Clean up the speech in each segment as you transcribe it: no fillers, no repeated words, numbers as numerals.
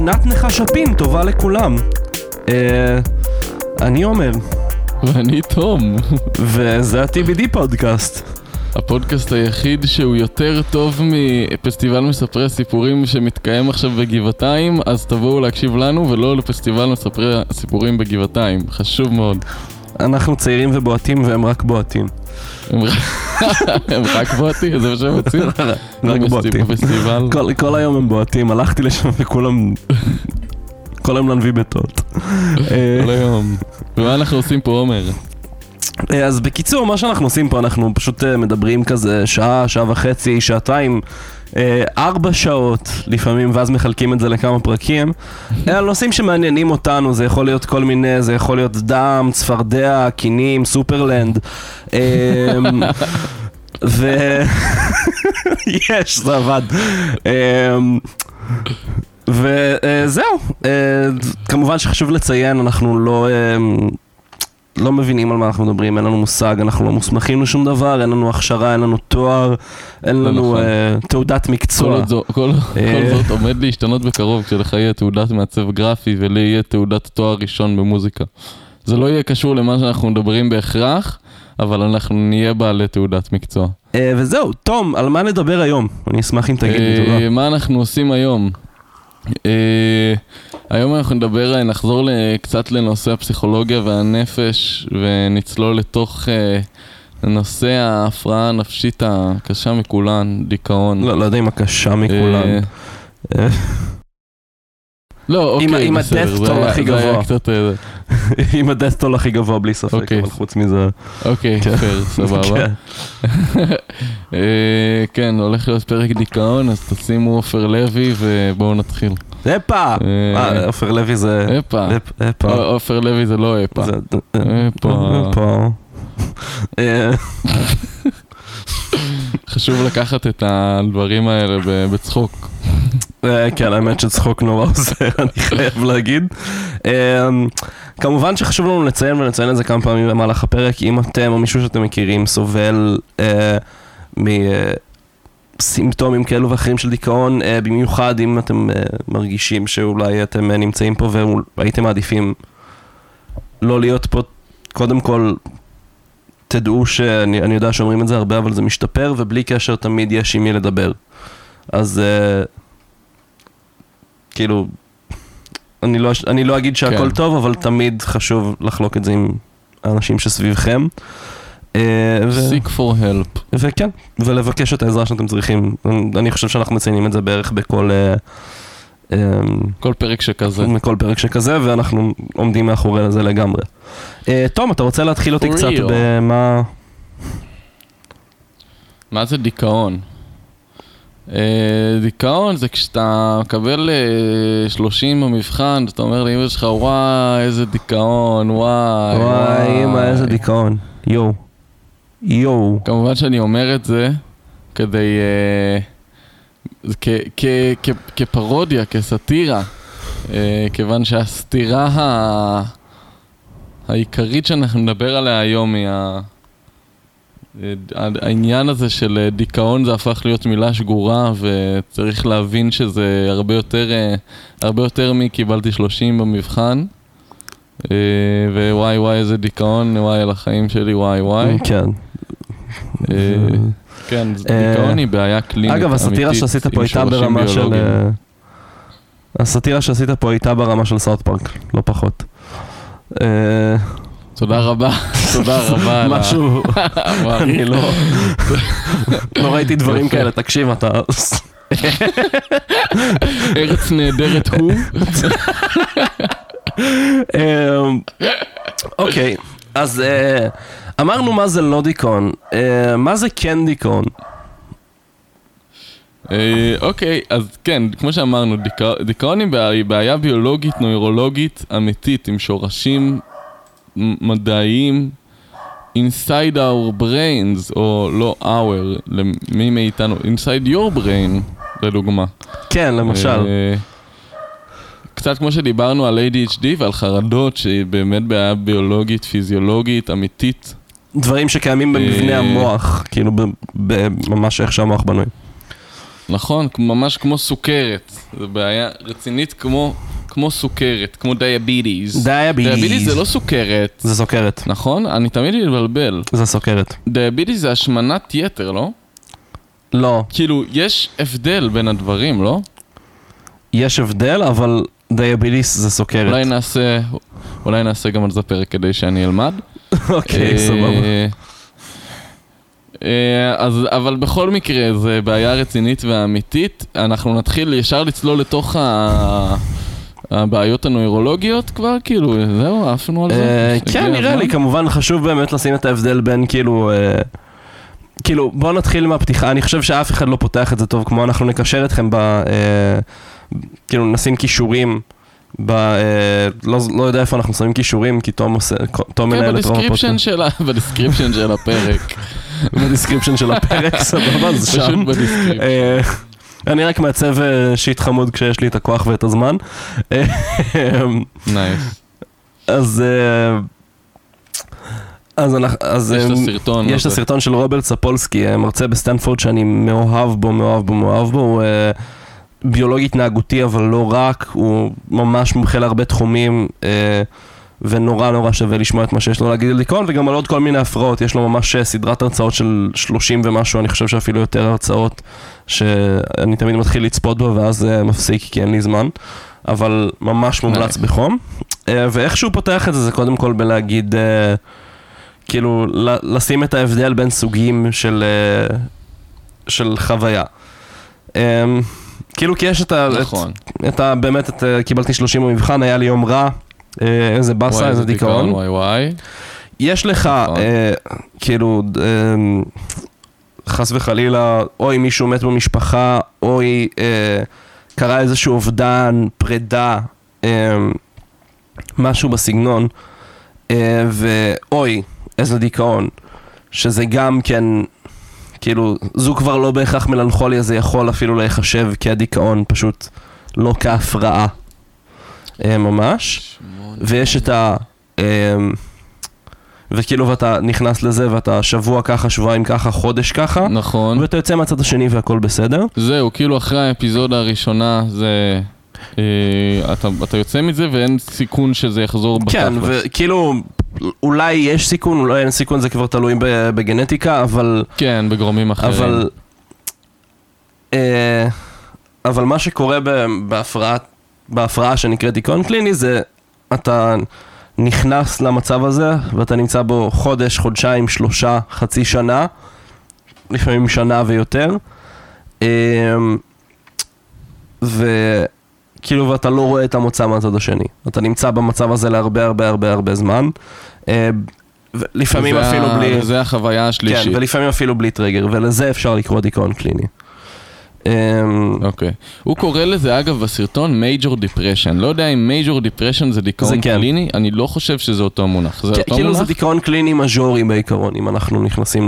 נתנך שפים, טובה לכולם. אני עומר. ואני תום. וזה ה-TBD פודקאסט. הפודקאסט היחיד שהוא יותר טוב מפסטיבל מספרי סיפורים שמתקיים עכשיו בגבעתיים, אז תבואו להקשיב לנו ולא לפסטיבל מספרי סיפורים בגבעתיים. חשוב מאוד. אנחנו צעירים ובועטים והם רק בועטים. הם רק בועטים? זה מה שהם רוצים? רק בועטים. בפסטיבל. כל היום הם בועטים, הלכתי לשם וכולם... כל היום לנביא ביתות. כל היום. ומה אנחנו עושים פה, עומר? אז בקיצור, מה שאנחנו עושים פה, אנחנו פשוט מדברים כזה שעה, שעה וחצי, שעתיים, 4 שעות לפעמים, ואז מחלקים את זה לכמה פרקים. על נושאים שמעניינים אותנו, זה יכול להיות כל מיני, זה יכול להיות דם, צפרדע, קינים, סופרלנד. יש, זה עבד. וזהו, כמובן שחשוב לציין, אנחנו לא מבינים על מה אנחנו מדברים, אין לנו מושג, אנחנו לא מוסמכים לשום דבר, אין לנו הכשרה, אין לנו תואר, אין לנו תעודת מקצוע. כל זאת עומד להשתנות בקרוב, כשלך יהיה תעודת מעצב גרפי ולי יהיה תעודת תואר ראשון במוזיקה. זה לא יהיה קשור למה שאנחנו מדברים בהכרח, אבל אנחנו נהיה בעלי תעודת מקצוע. וזהו, תום, על מה נדבר היום? אני אשמח אם תגיד לי תודה. מה אנחנו עושים היום? היום אנחנו נחזור קצת לנושא הפסיכולוגיה והנפש ונצלול לתוך נושא ההפרעה הנפשית הקשה מכולן, דיכאון. לא יודע אם הקשה מכולן. לא, אוקיי, עם הדסטול הכי גבוה. עם הדסטול הכי גבוה בלי ספק, אבל חוץ מזה. אוקיי, פייר, סבבה. כן, הולך להיות פרק דיכאון, אז תשימו עופר לוי ובואו נתחיל. אפה! עופר לוי זה... אפה. עופר לוי זה לא אפה. אפה. חשוב לקחת את הדברים האלה בצחוק. כן, האמת שצחוק נורא עושה, אני חייב להגיד. כמובן שחשוב לנו לציין ונציין את זה כמה פעמים במהלך הפרק, אם אתם או מישהו שאתם מכירים סובל מסימפטומים כאלו ואחרים של דיכאון, במיוחד אם אתם מרגישים שאולי אתם נמצאים פה והייתם מעדיפים לא להיות פה, קודם כל תדעו שאני יודע שאומרים את זה הרבה, אבל זה משתפר, ובלי קשר תמיד יש עם מי לדבר. אז כאילו, אני לא אגיד שהכל טוב, אבל תמיד חשוב לחלוק את זה עם האנשים שסביבכם. Seek for help. וכן, ולבקש את העזרה שאתם צריכים. אני חושב שאנחנו מציינים את זה בערך בכל... כל פרק שכזה. בכל פרק שכזה, ואנחנו עומדים מאחורי לזה לגמרי. תום, אתה רוצה להתחיל אותי קצת במה... מה זה דיכאון? דיכאון זה כשאתה מקבל 30 במבחן, אתה אומר לאמא שלך, וואי, איזה דיכאון, וואי, אמא, איזה דיכאון, יו. כמובן שאני אומר את זה כדי, כפרודיה, כסטירה, כיוון שהסטירה העיקרית שאנחנו נדבר עליה היום היא העניין הזה של דיכאון, זה הפך להיות מילה שגורה, וצריך להבין שזה הרבה יותר מקיבלתי 30 במבחן, ווואי וואי איזה דיכאון, וואי על החיים שלי, וואי וואי. כן. כן, דיכאון היא בעיה קלינית אגב, הסאטירה שעשית פה הייתה ברמה של... הסאטירה שעשית פה הייתה ברמה של סאוט פארק, לא פחות. תודה רבה, תודה רבה. משהו, אני לא ראיתי דברים כאלה, תקשיב, אתה... ארץ נהדרת הוא. אוקיי, אז אמרנו מה זה לא דיכאון, מה זה כן דיכאון? אוקיי, אז כן, כמו שאמרנו, דיכאון היא בעיה ביולוגית, נוירולוגית, אמיתית, עם שורשים מדעיים inside our brains, או לא our, למי מאיתנו, inside your brain, לדוגמה. כן, למשל. קצת כמו שדיברנו על ADHD ועל חרדות, שהיא באמת בעיה ביולוגית, פיזיולוגית, אמיתית. דברים שקיימים במבנה המוח, כאילו ממש איך שהמוח בנוי. נכון, ממש כמו סוכרת. זו בעיה רצינית כמו סוכרת, כמו דיאביטיז. דיאביטיז זה לא סוכרת. זה סוכרת. נכון? אני תמיד מתבלבל. זה סוכרת. דיאביטיז זה השמנת יתר, לא? לא. כאילו, יש הבדל בין הדברים, לא? יש הבדל, אבל דיאביטיס זה סוכרת. אולי נעשה גם על זה פרק כדי שאני אלמד. אוקיי, סבבה. אבל בכל מקרה, זה בעיה רצינית ואמיתית. אנחנו נתחיל ישר לצלול לתוך הבעיות הנוירולוגיות כבר, כאילו, זהו, עפנו על זה. כן, נראה לי, כמובן חשוב באמת לשים את ההבדל בין כאילו, בואו נתחיל מהפתיחה. אני חושב שאף אחד לא פותח את זה טוב, כמו אנחנו נקשר אתכם כאילו, נשים קישורים לא יודע איפה אנחנו שמים קישורים, כי תום מנהל את רוב הפודקאסט. בדיסקריפשן של הפרק. בדיסקריפשן של הפרק, סבבה, זה שם. פשוט בדיסקריפשן. אני רק מעצב שיט חמוד כשיש לי את הכוח ואת הזמן. נייס. אז יש את הסרטון של רוברט ספולסקי, מרצה בסטנפורד שאני מאוהב בו, הוא ביולוג התנהגותי, אבל לא רק, הוא ממש מומחה להרבה תחומים, ונורא שווה לשמוע את מה שיש לו להגיד על דיכאון, וגם על עוד כל מיני הפרעות. יש לו ממש סדרת הרצאות של 30 ומשהו, אני חושב שאפילו יותר הרצאות, שאני תמיד מתחיל לצפות בה, ואז מפסיק כי אין לי זמן, אבל ממש מומלץ בחום. ואיך שהוא פותח את זה, זה קודם כל בלהגיד, כאילו, לשים את ההבדל בין סוגים של חוויה. כאילו, כי יש באמת, קיבלתי 30 במבחן, היה לי יום רע, איזה בסה, איזה דיכאון. יש לך, כאילו, חס וחלילה, אוי מישהו מת במשפחה, אוי קרה איזשהו אובדן, פרידה, משהו בסגנון, ואוי, איזה דיכאון, שזה גם כן, כאילו, זו כבר לא בהכרח מלנכוליה, זה יכול אפילו להיחשב כדיכאון, פשוט לא כהפרעה, ממש. ויש את וכאילו ואתה נכנס לזה ואתה שבוע ככה, שבועיים ככה, חודש ככה. נכון. ואתה יוצא מהצד השני והכל בסדר. זהו, כאילו אחרי האפיזודה הראשונה זה... אתה יוצא מזה ואין סיכון שזה יחזור בתכלס. כן, וכאילו אולי יש סיכון, אולי אין סיכון, זה כבר תלוי בגנטיקה, אבל... כן, בגורמים אחרים. אבל מה שקורה בהפרעה שנקראת דיכאון קליני זה אתה נכנס למצב הזה ואתה נמצא בו חודש, חודשיים, 3, חצי שנה, לפעמים שנה ויותר, וכאילו ואתה לא רואה את המוצא מהצד השני. אתה נמצא במצב הזה להרבה זמן, לפעמים אפילו בלי... וזה החוויה השלישית. כן, ולפעמים אפילו בלי טרגר, ולזה אפשר לקרוא דיכאון קליני. אוקיי. הוא קורא לזה אגב בסרטון Major Depression. לא יודע אם Major Depression זה דיכאון קליני, אני לא חושב שזה אותו מונח. זה אותו מונח? כאילו זה דיכאון קליני מז'ורי בעיקרון, אם אנחנו נכנסים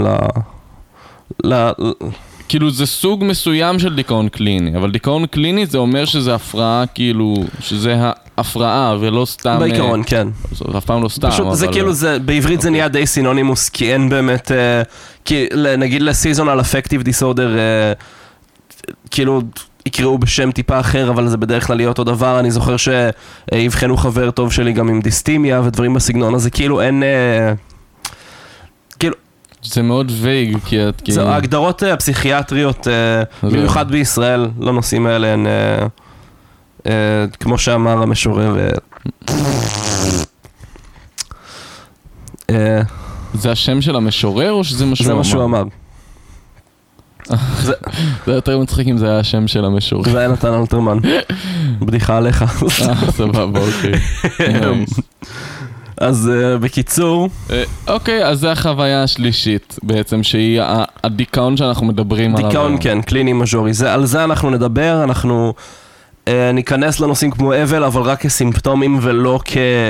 כאילו זה סוג מסוים של דיכאון קליני, אבל דיכאון קליני זה אומר שזה הפרעה, כאילו, שזה ההפרעה ולא סתם... בעיקרון, כן. זה אף פעם לא סתם, פשוט זה כאילו, בעברית זה נהיה די סינונימוס, כי אין באמת, נגיד ל-seasonal affective disorder, כאילו יקראו בשם טיפה אחר, אבל זה בדרך כלל יהיה אותו דבר. אני זוכר שהבחנו חבר טוב שלי גם עם דיסטימיה ודברים בסגנון, אז זה כאילו אין... כאילו... זה מאוד וייג, כי... זה ההגדרות הפסיכיאטריות, במיוחד בישראל, לנושאים האלה הן... כמו שאמר המשורר... זה השם של המשורר או שזה משהו אמר? זה מה שהוא אמר. זה יותר מצחיק אם זה היה השם של המשורר. זה היה נתן אלתרמן. בדיחה עליך. סבבה, אוקיי. אז בקיצור... אוקיי, אז זה החוויה השלישית בעצם, שהיא הדיכאון שאנחנו מדברים עליו. דיכאון, כן, קליני מז'ורי. על זה אנחנו נדבר, אנחנו ניכנס לנושאים כמו אבל, אבל רק כסימפטומים ולא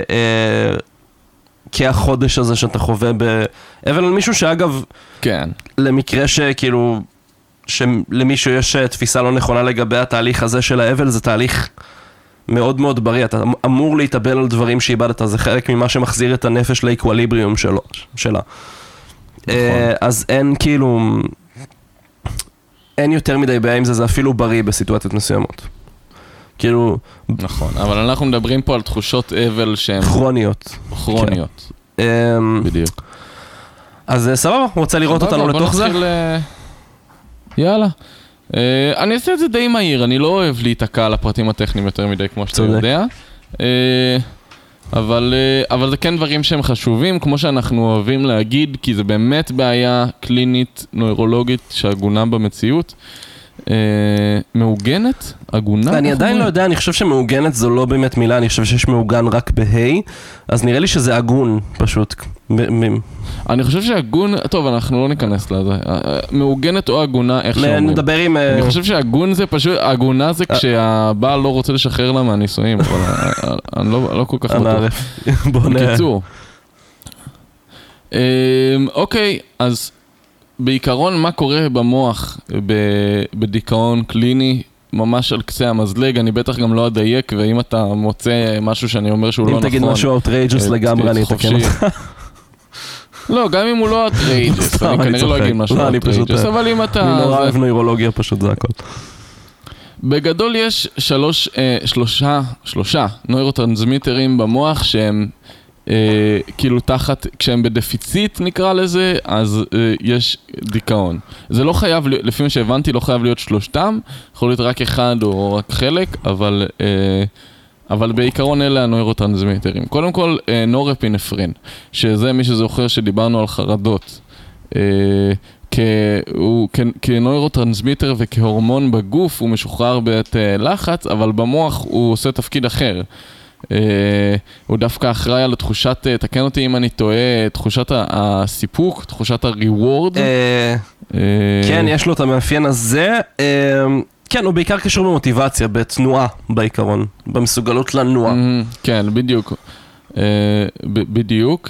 כהחודש הזה שאתה חווה אבל על מישהו שאגב... כן. למקרה שכאילו... שלמישהו יש תפיסה לא נכונה לגבי התהליך הזה של האבל, זה תהליך מאוד מאוד בריא. אתה אמור להתאבל על דברים שאיבדת, זה חלק ממה שמחזיר את הנפש לאקווליבריום שלה. נכון. אז אין כאילו... אין יותר מדי בעיה עם זה, זה אפילו בריא בסיטואציות מסוימות. כאילו... נכון, אבל אנחנו מדברים פה על תחושות אבל שהן... כרוניות. בדיוק. אז סבבה, רוצה לראות אותנו לתוך זה? יאללה. אני אעשה את זה די מהיר, אני לא אוהב להיתקע על הפרטים הטכניים יותר מדי כמו שאתה יודע. אבל זה כן דברים שהם חשובים, כמו שאנחנו אוהבים להגיד, כי זה באמת בעיה קלינית, נוירולוגית, שהגונה במציאות. מעוגנת? הגונה? אני עדיין לא יודע, אני חושב שמעוגנת זו לא באמת מילה, אני חושב שיש מעוגן רק בהי, אז נראה לי שזה הגון, פשוט. אני חושב שהגון, טוב, אנחנו לא ניכנס לזה. מעוגנת או הגונה, איך שאומרים. נדבר עם... אני חושב שהגון זה פשוט, הגונה זה כשהבעל לא רוצה לשחרר לה מהנישואים, אבל אני לא כל כך בטוח. בקיצור. אוקיי, אז בעיקרון מה קורה במוח בדיכאון קליני, ממש על קצה המזלג, אני בטח גם לא אדייק, ואם אתה מוצא משהו שאני אומר שהוא לא נכון... אם תגיד משהו outrageous לגמרי, אני אתקן אותך. לא, גם אם הוא לא outrageous, אני כנראה לא אגיד משהו outrageous, אבל אם אתה... אני נורא אוהב נוירולוגיה פשוט, זה הכל. בגדול יש שלושה נוירוטרנסמיטרים במוח שהם כאילו תחת, כשהם בדפיציט נקרא לזה, אז יש דיכאון. זה לא חייב, לפי מה שהבנתי, לא חייב להיות שלושתם, יכול להיות רק אחד או רק חלק, אבל בעיקרון אלה הנוירוטרנסמיטרים. קודם כל, נורפינפרין, שזה מי שזוכר שדיברנו על חרדות. כנוירוטרנסמיטר וכהורמון בגוף הוא משוחרר בעת לחץ, אבל במוח הוא עושה תפקיד אחר. הוא דווקא אחראי על תחושת, תקן אותי אם אני טועה, תחושת הסיפוק, תחושת הריוורד. כן, יש לו את המאפיין הזה. כן, הוא בעיקר קשור במוטיבציה, בתנועה בעיקרון, במסוגלות לנוע. כן, בדיוק. בדיוק.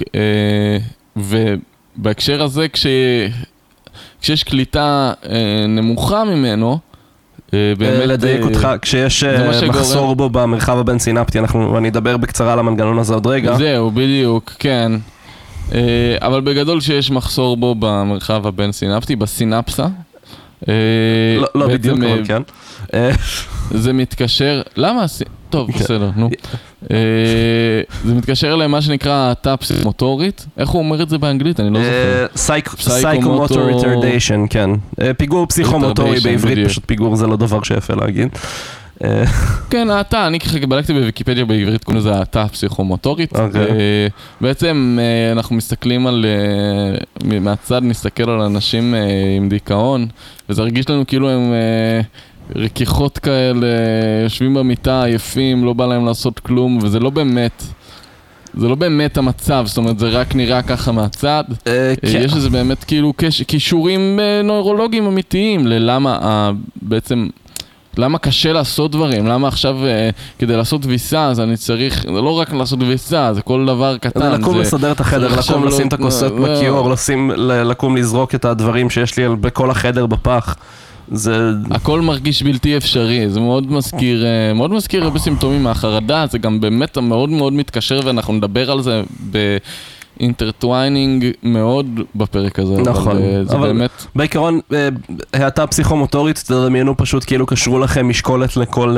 ובהקשר הזה, כשיש קליטה נמוכה ממנו, לדייק אותך, כשיש מחסור בו במרחב הבין סינפטי, אני אדבר בקצרה על המנגנון הזה עוד רגע. זהו, בדיוק, כן. אבל בגדול שיש מחסור בו במרחב הבין סינפטי, בסינפסה. לא בדיוק, אבל כן. זה מתקשר, למה? טוב, בסדר, נו. זה מתקשר למה שנקרא תא פסיכומוטורית. איך הוא אומר את זה באנגלית? אני לא זוכר. Psychomotor retardation, כן. פיגור פסיכומוטורי בעברית, פשוט פיגור זה לא דבר שיפה להגיד. כן, התא, אני ככה בדקתי בוויקיפדיה בעברית, קוראים לזה התא פסיכומוטורית. בעצם אנחנו מסתכלים על, מהצד נסתכל על אנשים עם דיכאון, וזה הרגיש לנו כאילו הם רכיחות כאלה, יושבים במיטה, עייפים, לא בא להם לעשות כלום, וזה לא באמת, זה לא באמת המצב, זאת אומרת, זה רק נראה ככה מהצד. יש איזה באמת כאילו קישורים נוירולוגיים אמיתיים, ללמה בעצם... למה קשה לעשות דברים? למה עכשיו כדי לעשות ויסה, אז אני צריך, זה לא רק לעשות ויסה, זה כל דבר קטן. זה לקום לסדר את החדר, לקום לשים את הכוסות בכיור, לקום לזרוק את הדברים שיש לי בכל החדר בפח. הכל מרגיש בלתי אפשרי, זה מאוד מזכיר הרבה סימפטומים מהחרדה, זה גם באמת מאוד מאוד מתקשר ואנחנו נדבר על זה אינטרטוויינינג מאוד בפרק הזה. נכון, אבל באמת... בעיקרון, האטה פסיכומוטורית, תדמיינו פשוט כאילו קשרו לכם משקולת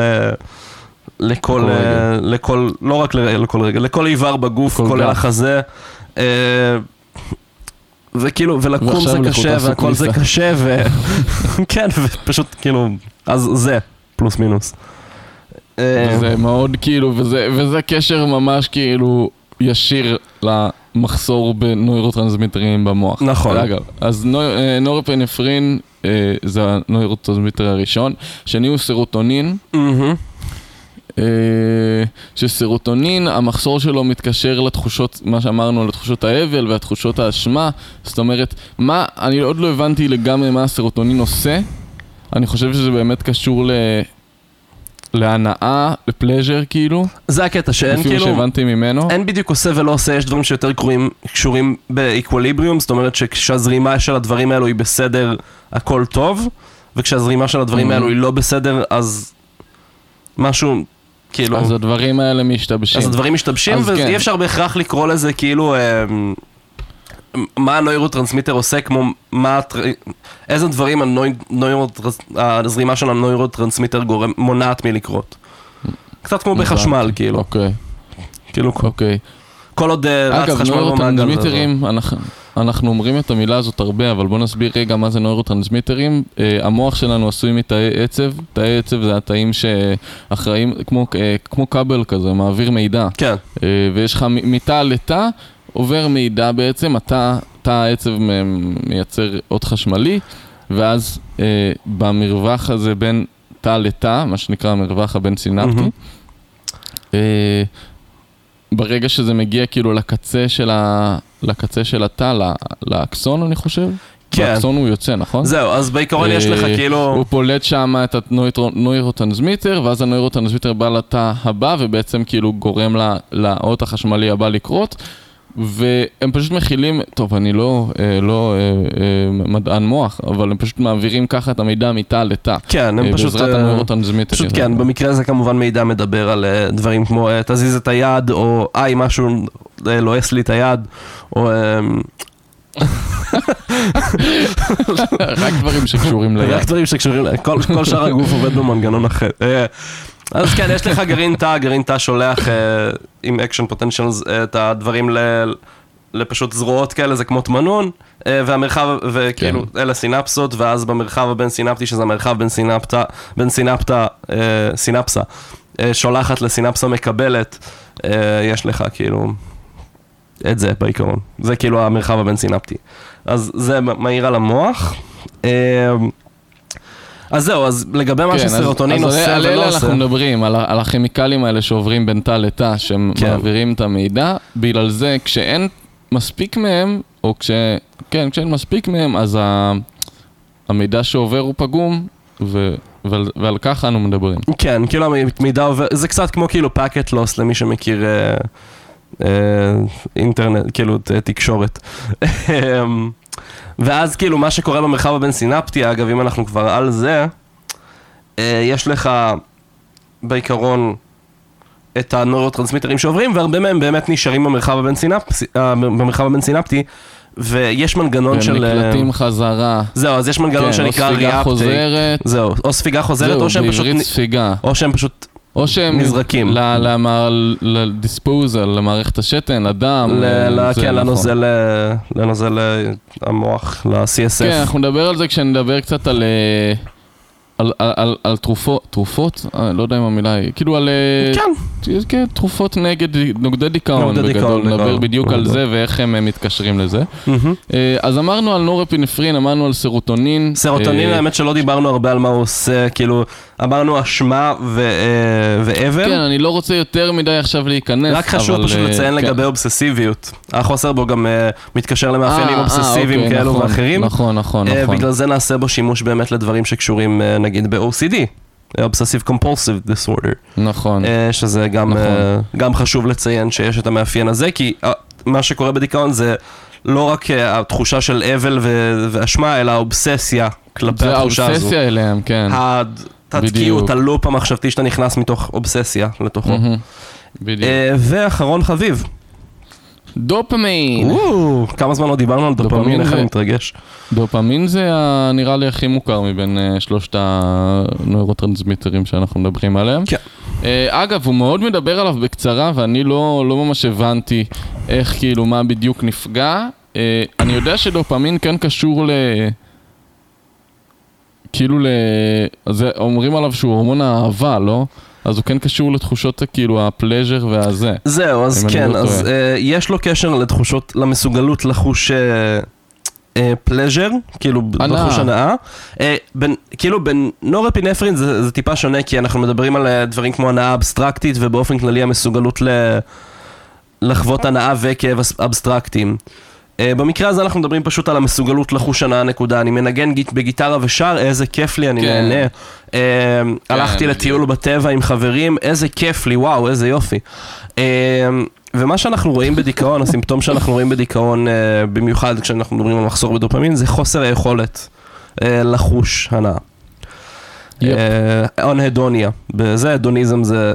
לכל, לא רק לכל רגע, לכל איבר בגוף, כל החזה, וכאילו, ולקום זה קשה, והכל זה קשה, כן, ופשוט כאילו, אז זה, פלוס מינוס. וזה מאוד כאילו, וזה קשר ממש כאילו ישיר למחסור בנוירוטרנסמיטרים במוח. נכון. אגב, אז נורפינפרין זה הנוירוטרנסמיטר הראשון, שני הוא סרוטונין. שסרוטונין, המחסור שלו מתקשר לתחושות, מה שאמרנו, לתחושות האבל והתחושות האשמה. זאת אומרת, אני עוד לא הבנתי לגמרי מה הסרוטונין עושה. אני חושב שזה באמת קשור להנאה, לפלז'ר כאילו. זה הקטע שאין כאילו... לפי מה שהבנתי ממנו. אין בדיוק עושה ולא עושה, יש דברים שיותר קשורים באקווליבריום, זאת אומרת שכשהזרימה של הדברים האלו היא בסדר, הכל טוב, וכשהזרימה של הדברים האלו היא לא בסדר, אז משהו כאילו... אז הדברים האלה משתבשים. אז הדברים משתבשים, ואי אפשר בהכרח לקרוא לזה כאילו... מה הנוירוטרנסמיטר עושה, כמו איזה דברים הזרימה של הנוירוטרנסמיטר מונעת מלקרות. קצת כמו בחשמל, כאילו. אוקיי. כאילו, אוקיי. כל עוד רץ חשמל במעגל. נוירוטרנסמיטרים, אנחנו אומרים את המילה הזאת הרבה, אבל בוא נסביר רגע מה זה נוירוטרנסמיטרים. המוח שלנו עשוי מתאי עצב. תאי עצב זה התאים שאחראים, כמו כבל כזה, מעביר מידע. כן. ויש לך מתא לתא, עובר מידע בעצם, תא העצב מייצר אות חשמלי, ואז במרווח הזה בין תא לתא, מה שנקרא המרווח הבין סינפטי, ברגע שזה מגיע כאילו לקצה של התא, לאקסון אני חושב? כן. באקסון הוא יוצא, נכון? זהו, אז בעיקרון יש לך כאילו... הוא פולט שם את הנוירוטרנסמיטר, ואז הנוירוטרנסמיטר בא לתא הבא, ובעצם כאילו גורם לאות החשמלי הבא לקרות, והם פשוט מכילים, טוב, אני לא מדען מוח, אבל הם פשוט מעבירים ככה את המידע מתא לתא. כן, הם פשוט... בעזרת הנוירוטרנסמיטר. פשוט כן, במקרה הזה כמובן מידע מדבר על דברים כמו תזיז את היד, או משהו לועס לי את היד, או... רק דברים שקשורים ליד. רק דברים שקשורים ליד, כל שאר הגוף עובד במנגנון אחר. אז כן, יש לך גרעין תא שולח עם אקשן פוטנציאלס את הדברים לפשוט זרועות כאלה, זה כמו תמנון, והמרחב, וכאילו, אלה סינפסות, ואז במרחב הבין סינפטי, שזה המרחב בין סינפסה, שולחת לסינפסה מקבלת, יש לך כאילו, את זה בעיקרון. זה כאילו המרחב הבין סינפטי. אז זה מהיר על המוח. אז זהו, אז לגבי מה שסרוטונין עושה ולא עושה. על אלה אנחנו מדברים, על הכימיקלים האלה שעוברים בין תא לתא, שהם מעבירים את המידע. בגלל זה, כשאין מספיק מהם, או כשאין מספיק מהם, אז המידע שעובר הוא פגום, ועל כך אנו מדברים. כן, כאילו המידע עובר, זה קצת כמו כאילו packet loss למי שמכיר אינטרנט, כאילו תקשורת. ואז כאילו מה שקורה במרחב הבין סינפטי, אגב, אם אנחנו כבר על זה, יש לך בעיקרון את הנוירוטרנסמיטרים שעוברים, והרבה מהם באמת נשארים במרחב הבין סינפטי, ויש מנגנון של... ונקלטים חזרה. זהו, אז יש מנגנון שנקרא ריאפטק. או ספיגה חוזרת. זהו, או ספיגה חוזרת, או שהם פשוט... בעברית ספיגה. או שהם נזרקים. לדיספוזל, למערכת השתן, לדם. כן, לנוזל המוח, ל-CSF. כן, אנחנו נדבר על זה כשנדבר קצת על תרופות, לא יודע אם המילה היא, כאילו על... כן, תרופות נוגדי דיכאון בגדול, נדבר בדיוק על זה ואיך הם מתקשרים לזה. אז אמרנו על נורפינפרין, אמרנו על סרוטונין. סרוטונין, האמת שלא דיברנו הרבה על מה הוא עושה, כאילו, אמרנו אשמה ואבל. כן, אני לא רוצה יותר מדי עכשיו להיכנס. רק חשוב פשוט לציין לגבי אובססיביות. החוסר בו גם מתקשר למאפיינים אובססיביים כאלו ואחרים. נכון. בגלל זה נעשה בו שימוש באמת לדברים שקשורים נגיד ב-OCD. Obsessive Compulsive Disorder. נכון. שזה גם חשוב לציין שיש את המאפיין הזה, כי מה שקורה בדיכאון זה לא רק התחושה של אבל ואשמה, אלא האובססיה כלפי התחושה הזו. זה האובססיה אליהם, כן. התתקיות, הלופ המחשבתי שאתה נכנס מתוך אובססיה לתוכו. בדיוק. ואחרון חביב. דופמין. כמה זמן לא דיברנו על דופמין, איך אני מתרגש. דופמין זה נראה לי הכי מוכר מבין שלושת הנוירוטרנסמיטרים שאנחנו מדברים עליהם. כן. אגב, הוא מאוד מדבר עליו בקצרה, ואני לא ממש הבנתי איך, כאילו, מה בדיוק נפגע. אני יודע שדופמין כן קשור כאילו אז אומרים עליו שהוא הורמון האהבה, לא? אז הוא כן קשור לתחושות כאילו הפלז'ר והזה. זהו, אז כן, אז יש לו קשר לתחושות, למסוגלות לחוש פלז'ר, כאילו לחוש הנאה. כאילו בנורפינפרין זה טיפה שונה, כי אנחנו מדברים על דברים כמו הנאה אבסטרקטית, ובאופן כללי המסוגלות לחוות הנאה וכאב אבסטרקטיים. במקרה הזה אנחנו מדברים פשוט על המסוגלות לחוש הנאה נקודה. אני מנגן בגיטרה ושר, איזה כיף לי, אני נהנה. הלכתי לטיול בטבע עם חברים, איזה כיף לי, וואו, איזה יופי. ומה שאנחנו רואים בדיכאון, הסימפטום שאנחנו רואים בדיכאון, במיוחד כשאנחנו מדברים על מחסור בדופמין, זה חוסר היכולת לחוש הנאה. אנהדוניה. בזה, הדוניזם זה...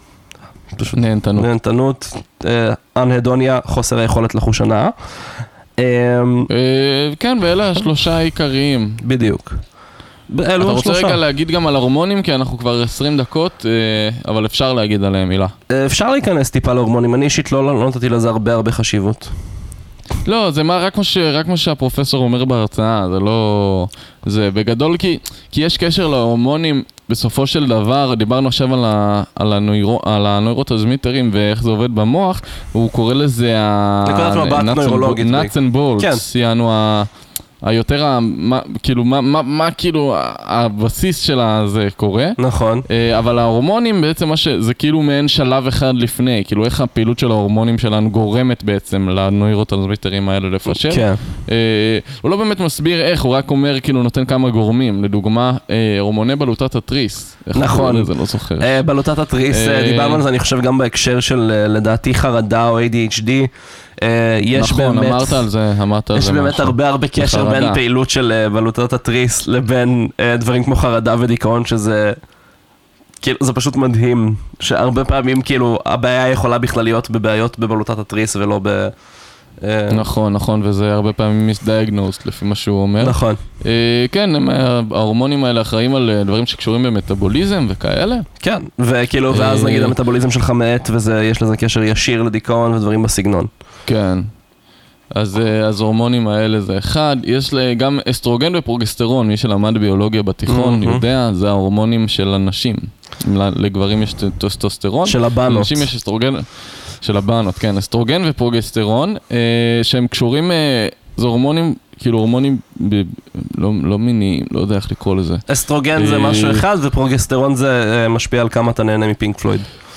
נהנתנות, אנהדוניה, חוסר היכולת לחוש הנאה. כן, ואלה השלושה העיקריים. בדיוק. אתה רוצה רגע להגיד גם על ההורמונים, כי אנחנו כבר 20 דקות, אבל אפשר להגיד עליהם מילה. אפשר להיכנס טיפה להורמונים, אני אישית לא נתתי לזה הרבה חשיבות. לא, זה רק מה שהפרופסור אומר בהרצאה, זה לא... זה בגדול כי יש קשר להורמונים בסופו של דבר, דיברנו עכשיו על הנוירוטרנסמיטרים ואיך זה עובד במוח, הוא קורא לזה נקודת מבט נוירולוגית. nuts and bolts, יענו היותר, כאילו, מה כאילו הבסיס שלה זה קורה. נכון. אבל ההורמונים בעצם זה כאילו מעין שלב אחד לפני, כאילו איך הפעילות של ההורמונים שלנו גורמת בעצם לנוירוטרנסמיטרים האלה לפשט. כן. הוא לא באמת מסביר איך, הוא רק אומר כאילו נותן כמה גורמים, לדוגמה הורמוני בלוטת התריס. נכון. זה לא זוכר. בלוטת התריס, דיברנו על זה אני חושב גם בהקשר של לדעתי חרדה או ADHD. יש נכון, באמת, אמרת על זה יש באמת הרבה קשר בין פעילות של בלוטות התריס לבין דברים כמו חרדה ודיכאון, שזה כאילו, זה פשוט מדהים שהרבה פעמים כאילו הבעיה יכולה בכלל להיות בבעיות בבלוטת התריס ולא ב... נכון, וזה הרבה פעמים misdiagnosed לפי מה שהוא אומר. נכון. כן, ההורמונים האלה אחראים על דברים שקשורים במטאבוליזם וכאלה. כן, וכאילו, ואז נגיד המטאבוליזם שלך מעט ויש לזה קשר ישיר לדיכאון ודברים בסגנון. כן. אז ההורמונים האלה זה אחד, יש גם אסטרוגן ופרוגסטרון, מי שלמד ביולוגיה בתיכון יודע, זה ההורמונים של הנשים. לגברים יש טסטוסטרון. של הבנות. לנשים יש אסטרוגן, של הבנות, כן, אסטרוגן ופרוגסטרון, שהם קשורים, זה הורמונים, כאילו הורמונים לא מיניים, לא יודע איך לקרוא לזה. אסטרוגן זה משהו אחד, ופרוגסטרון זה משפיע על כמה אתה נהנה מפינק פלויד.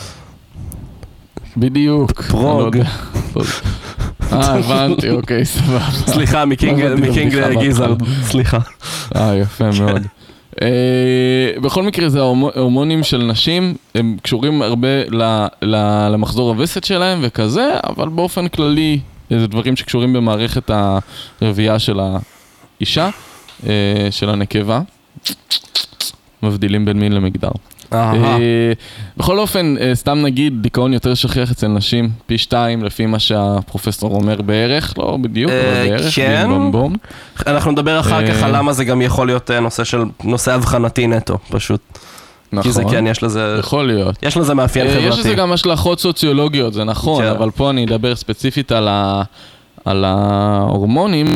בדיוק. פרוג. הבנתי, אוקיי, סבבה. סליחה, מקינג גיזרד, סליחה. יפה מאוד. בכל מקרה זה ההורמונים של נשים, הם קשורים הרבה למחזור הווסת שלהם וכזה, אבל באופן כללי זה דברים שקשורים במערכת הרבייה של האישה, של הנקבה. מבדילים בין מין למגדר. בכל אופן, סתם נגיד, דיכאון יותר שכיח אצל נשים, פי 2 לפי מה שהפרופסור אומר בערך, לא בדיוק, אבל בערך, כן. בום. אנחנו נדבר אחר כך על למה זה גם יכול להיות נושא הבחנתי נטו, פשוט. נכון. כי זה כן, יש לזה... יכול להיות. יש לזה מאפיין חברתי. יש לזה גם השלכות סוציולוגיות, זה נכון, כן. אבל פה אני אדבר ספציפית על ההורמונים,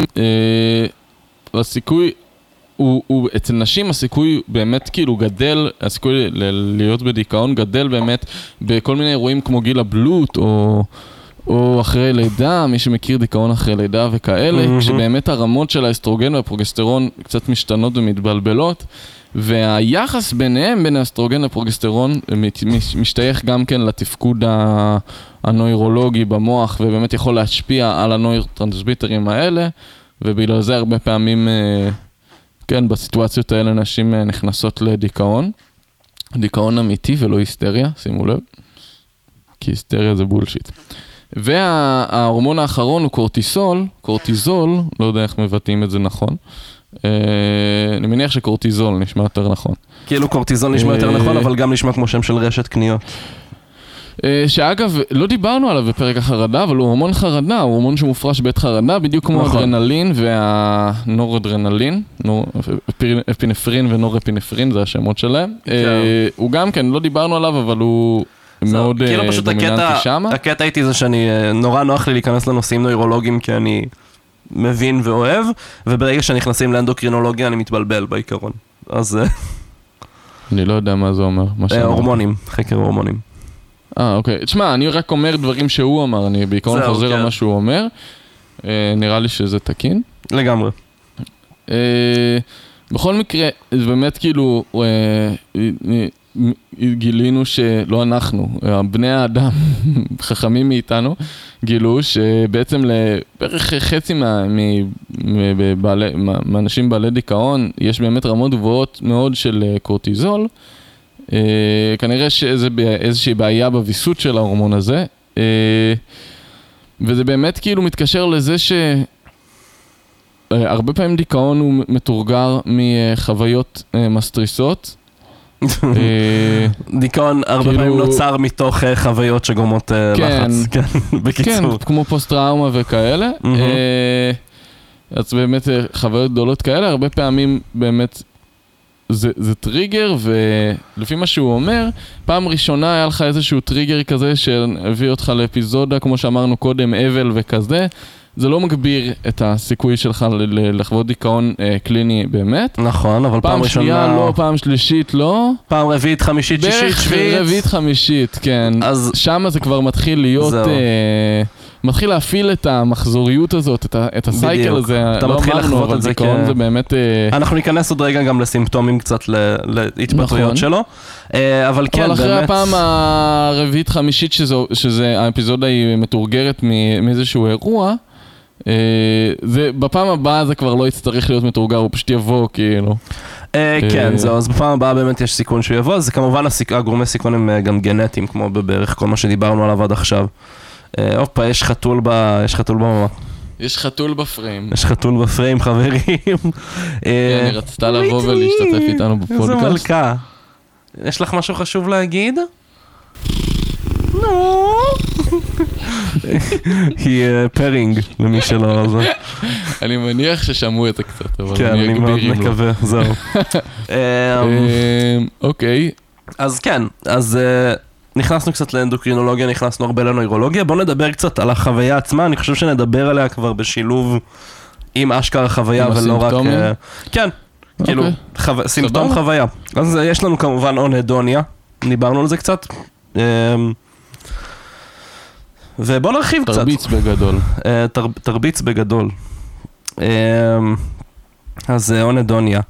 הסיכוי... אצל נשים הסיכוי באמת כאילו גדל, הסיכוי להיות בדיכאון גדל באמת בכל מיני אירועים כמו גיל הבלוט או אחרי לידה, מי שמכיר דיכאון אחרי לידה וכאלה, כשבאמת הרמות של האסטרוגן והפרוגסטרון קצת משתנות ומתבלבלות, והיחס ביניהם, בין האסטרוגן לפרוגסטרון, משתייך גם כן לתפקוד הנוירולוגי במוח, ובאמת יכול להשפיע על הנוירוטרנסמיטרים האלה, ובגלל זה הרבה פעמים... כן, בסיטואציות האלה נשים נכנסות לדיכאון. דיכאון אמיתי ולא היסטריה, שימו לב. כי היסטריה זה בולשיט. וההורמון האחרון הוא קורטיזול, לא יודע איך מבטאים את זה נכון. אני מניח שקורטיזול נשמע יותר נכון. כאילו קורטיזול נשמע יותר נכון, אבל גם נשמע כמו שם של רשת קניות. שאגב, לא דיברנו עליו בפרק החרדה, אבל הוא הורמון חרדה, הוא הורמון שמופרש בעת חרדה, בדיוק כמו אדרנלין והנורדרנלין, אפינפרין ונורפינפרין, זה השמות שלהם. הוא גם כן, לא דיברנו עליו, אבל הוא מאוד דומיננטי שם. הקטע איתי זה שאני, נורא נוח לי להיכנס לנושאים נוירולוגיים, כי אני מבין ואוהב, וברגע שנכנסים לאנדוקרינולוגיה אני מתבלבל בעיקרון. אז... אני לא יודע מה זה אומר. הורמונים, חקר הורמונים. אוקיי. תשמע, אני רק אומר דברים שהוא אמר, אני בעיקרון חוזר על מה שהוא אומר. נראה לי שזה תקין. לגמרי. בכל מקרה, זה באמת כאילו, גילינו שלא אנחנו, בני האדם, חכמים מאיתנו, גילו שבעצם בערך חצי מהאנשים בעלי דיכאון, יש באמת רמות גבוהות מאוד של קורטיזול, כנראה שזה איזושהי בעיה בוויסות של ההורמון הזה, וזה באמת כאילו מתקשר לזה שהרבה פעמים דיכאון הוא מתורגר מחוויות מסטריסות, דיכאון הרבה פעמים נוצר מתוך חוויות שגורמות לחץ, בקיצור. כן, כמו פוסט-טראומה וכאלה. אז באמת חוויות גדולות כאלה, הרבה פעמים באמת זה טריגר, ולפי מה שהוא אומר, פעם ראשונה היה לך איזשהו טריגר כזה שהביא אותך לאפיזודה, כמו שאמרנו קודם, אבל וכזה, זה לא מגביר את הסיכוי שלך לחוות דיכאון קליני באמת. נכון, אבל פעם ראשונה... פעם שנייה לא, פעם שלישית לא. פעם רביעית, חמישית, שישית, שביעית. בערך רביעית, חמישית, כן. אז... שם זה כבר מתחיל להיות... מתחיל להפעיל את המחזוריות הזאת, את הסייקל הזה. אתה מתחיל לחוות את זה דיכאון זה באמת... אנחנו ניכנס עוד רגע גם לסימפטומים קצת להתפתחויות שלו. אבל כן, באמת... אבל אחרי הפעם הרביעית, חמישית, שזה האפיזודה היא מתורגרת מאיזשהו אירוע, בפעם הבאה זה כבר לא יצטרך להיות מתורגר, הוא פשוט יבוא כאילו. כן, זהו, אז בפעם הבאה באמת יש סיכון שהוא יבוא, אז כמובן הגורמי סיכון הם גם גנטיים, כמו בערך כל מה שדיברנו עליו עד עכשיו. אופה, יש חתול בממה. יש חתול בפריים. יש חתול בפריים, חברים. אני רצתה לבוא ולהשתתף איתנו בפודקאסט. איזו מלכה. יש לך משהו חשוב להגיד? נו. היא פרינג, למי שלא זה. אני מניח ששמעו את זה קצת, אבל כן, אני מאוד מקווה, זהו. אוקיי. אז כן, אז נכנסנו קצת לאנדוקרינולוגיה, נכנסנו הרבה לנוירולוגיה. בואו נדבר קצת על החוויה עצמה, אני חושב שנדבר עליה כבר בשילוב עם אשכרה חוויה ולא רק... כן, כאילו, סימפטום חוויה. אז יש לנו כמובן אונהדוניה, דיברנו על זה קצת. ובוא נרחיב קצת. תרביץ בגדול. תרביץ בגדול. אז אונהדוניה.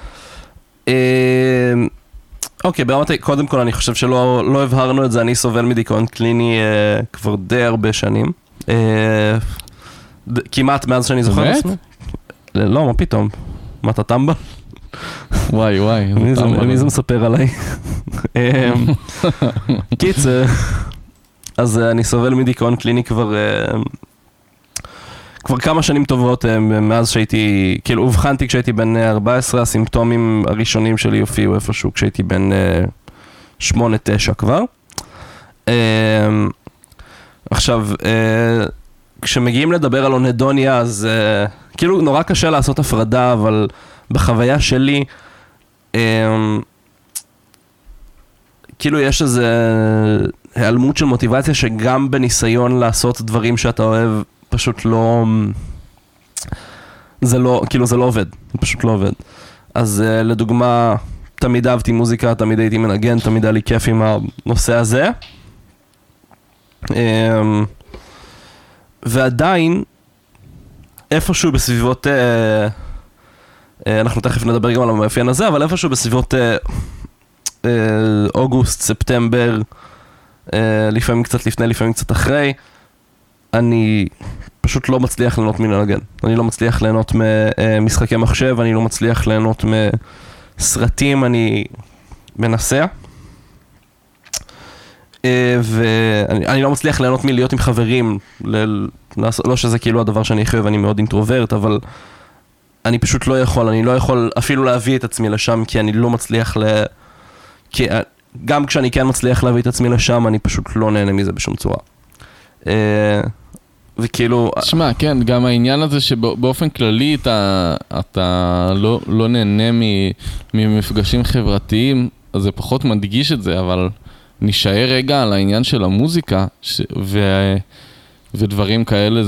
אוקיי, קודם כל אני חושב שלא הבהרנו את זה, אני סובל מדיכאון קליני כבר די הרבה שנים. כמעט מאז שאני זוכר. באמת? לא, מה פתאום? מה אתה טמבל? וואי. מי זה מספר עליי? קיצר. אז אני סובל מדיכאון קליני כבר כמה שנים טובות מאז שהייתי, כאילו הובחנתי כשהייתי בן 14, הסימפטומים הראשונים שלי הופיעו איפשהו כשהייתי בן 8-9 כבר. עכשיו, כשמגיעים לדבר על אונהדוניה, אז כאילו נורא קשה לעשות הפרדה, אבל בחוויה שלי, כאילו יש איזה היעלמות של מוטיבציה שגם בניסיון לעשות דברים שאתה אוהב, פשוט לא... זה לא, כאילו זה לא עובד, זה פשוט לא עובד. אז לדוגמה, תמיד אהבתי מוזיקה, תמיד הייתי מנגן, תמיד היה לי כיף עם הנושא הזה. ועדיין, איפשהו בסביבות... אנחנו תכף נדבר גם על המאפיין הזה, אבל איפשהו בסביבות אוגוסט, ספטמבר, לפעמים קצת לפני, לפעמים קצת אחרי, אני פשוט לא מצליח ליהנות מלנגן. אני לא מצליח ליהנות ממשחקי מחשב, אני לא מצליח ליהנות מסרטים, אני מנסה. ואני לא מצליח ליהנות מלהיות עם חברים, לא שזה כאילו הדבר שאני חייב, אני מאוד אינטרוברט, אבל אני פשוט לא יכול, אני לא יכול אפילו להביא את עצמי לשם, כי אני לא מצליח גם כשאני כן מצליח להביא את עצמי לשם, אני פשוט לא נהנה מזה בשום צורה. וכאילו... תשמע, כן, גם העניין הזה שבאופן כללי אתה לא נהנה ממפגשים חברתיים, אז זה פחות מדגיש את זה, אבל נשאר רגע על העניין של המוזיקה ודברים כאלה,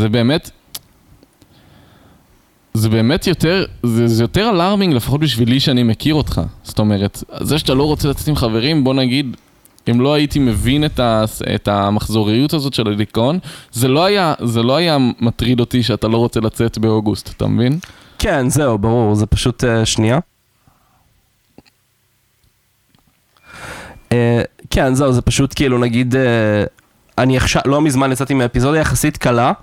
זה באמת יותר, זה יותר אלארמינג, לפחות בשבילי שאני מכיר אותך. זאת אומרת, זה שאתה לא רוצה לצאת עם חברים, בוא נגיד, אם לא הייתי מבין את המחזוריות הזאת של הדיכאון, זה לא היה מטריד אותי שאתה לא רוצה לצאת באוגוסט, אתה מבין? כן, זהו, ברור, זה פשוט שנייה. כן, זהו, זה פשוט כאילו, נגיד, אני לא מזמן יצאתי מאפיזודה יחסית קלה,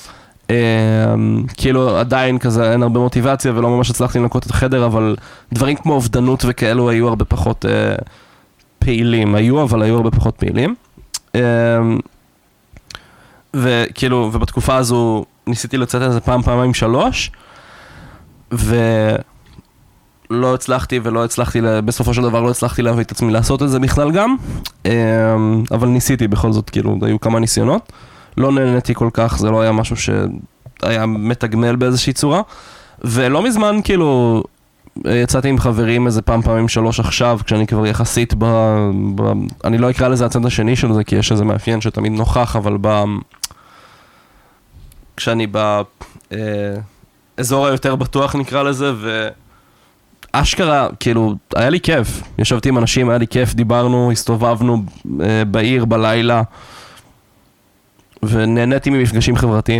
כאילו עדיין כזה אין הרבה מוטיבציה ולא ממש הצלחתי לנקות את החדר, אבל דברים כמו אובדנות וכאלו היו הרבה פחות פעילים, אבל היו הרבה פחות פעילים. וכאילו, ובתקופה הזו ניסיתי לצאת איזה פעמיים 3, ולא לא הצלחתי בסופו של דבר לא הצלחתי להביא את עצמי לעשות את זה בכלל גם, אבל ניסיתי בכל זאת, כאילו, היו כמה ניסיונות, לא נהניתי כל כך, זה לא היה משהו שהיה מתגמל באיזושהי צורה, ולא מזמן, כאילו, יצאתי עם חברים איזה פעמים 3 עכשיו, כשאני כבר יחסית אני לא אקרא לזה הצד השני של זה, כי יש איזה מאפיין שתמיד נוכח, אבל כשאני באזור היותר בטוח נקרא לזה, ואשכרה, כאילו, היה לי כיף. ישבתי עם אנשים, היה לי כיף, דיברנו, הסתובבנו בעיר, בלילה, ונהניתי ממפגשים חברתיים.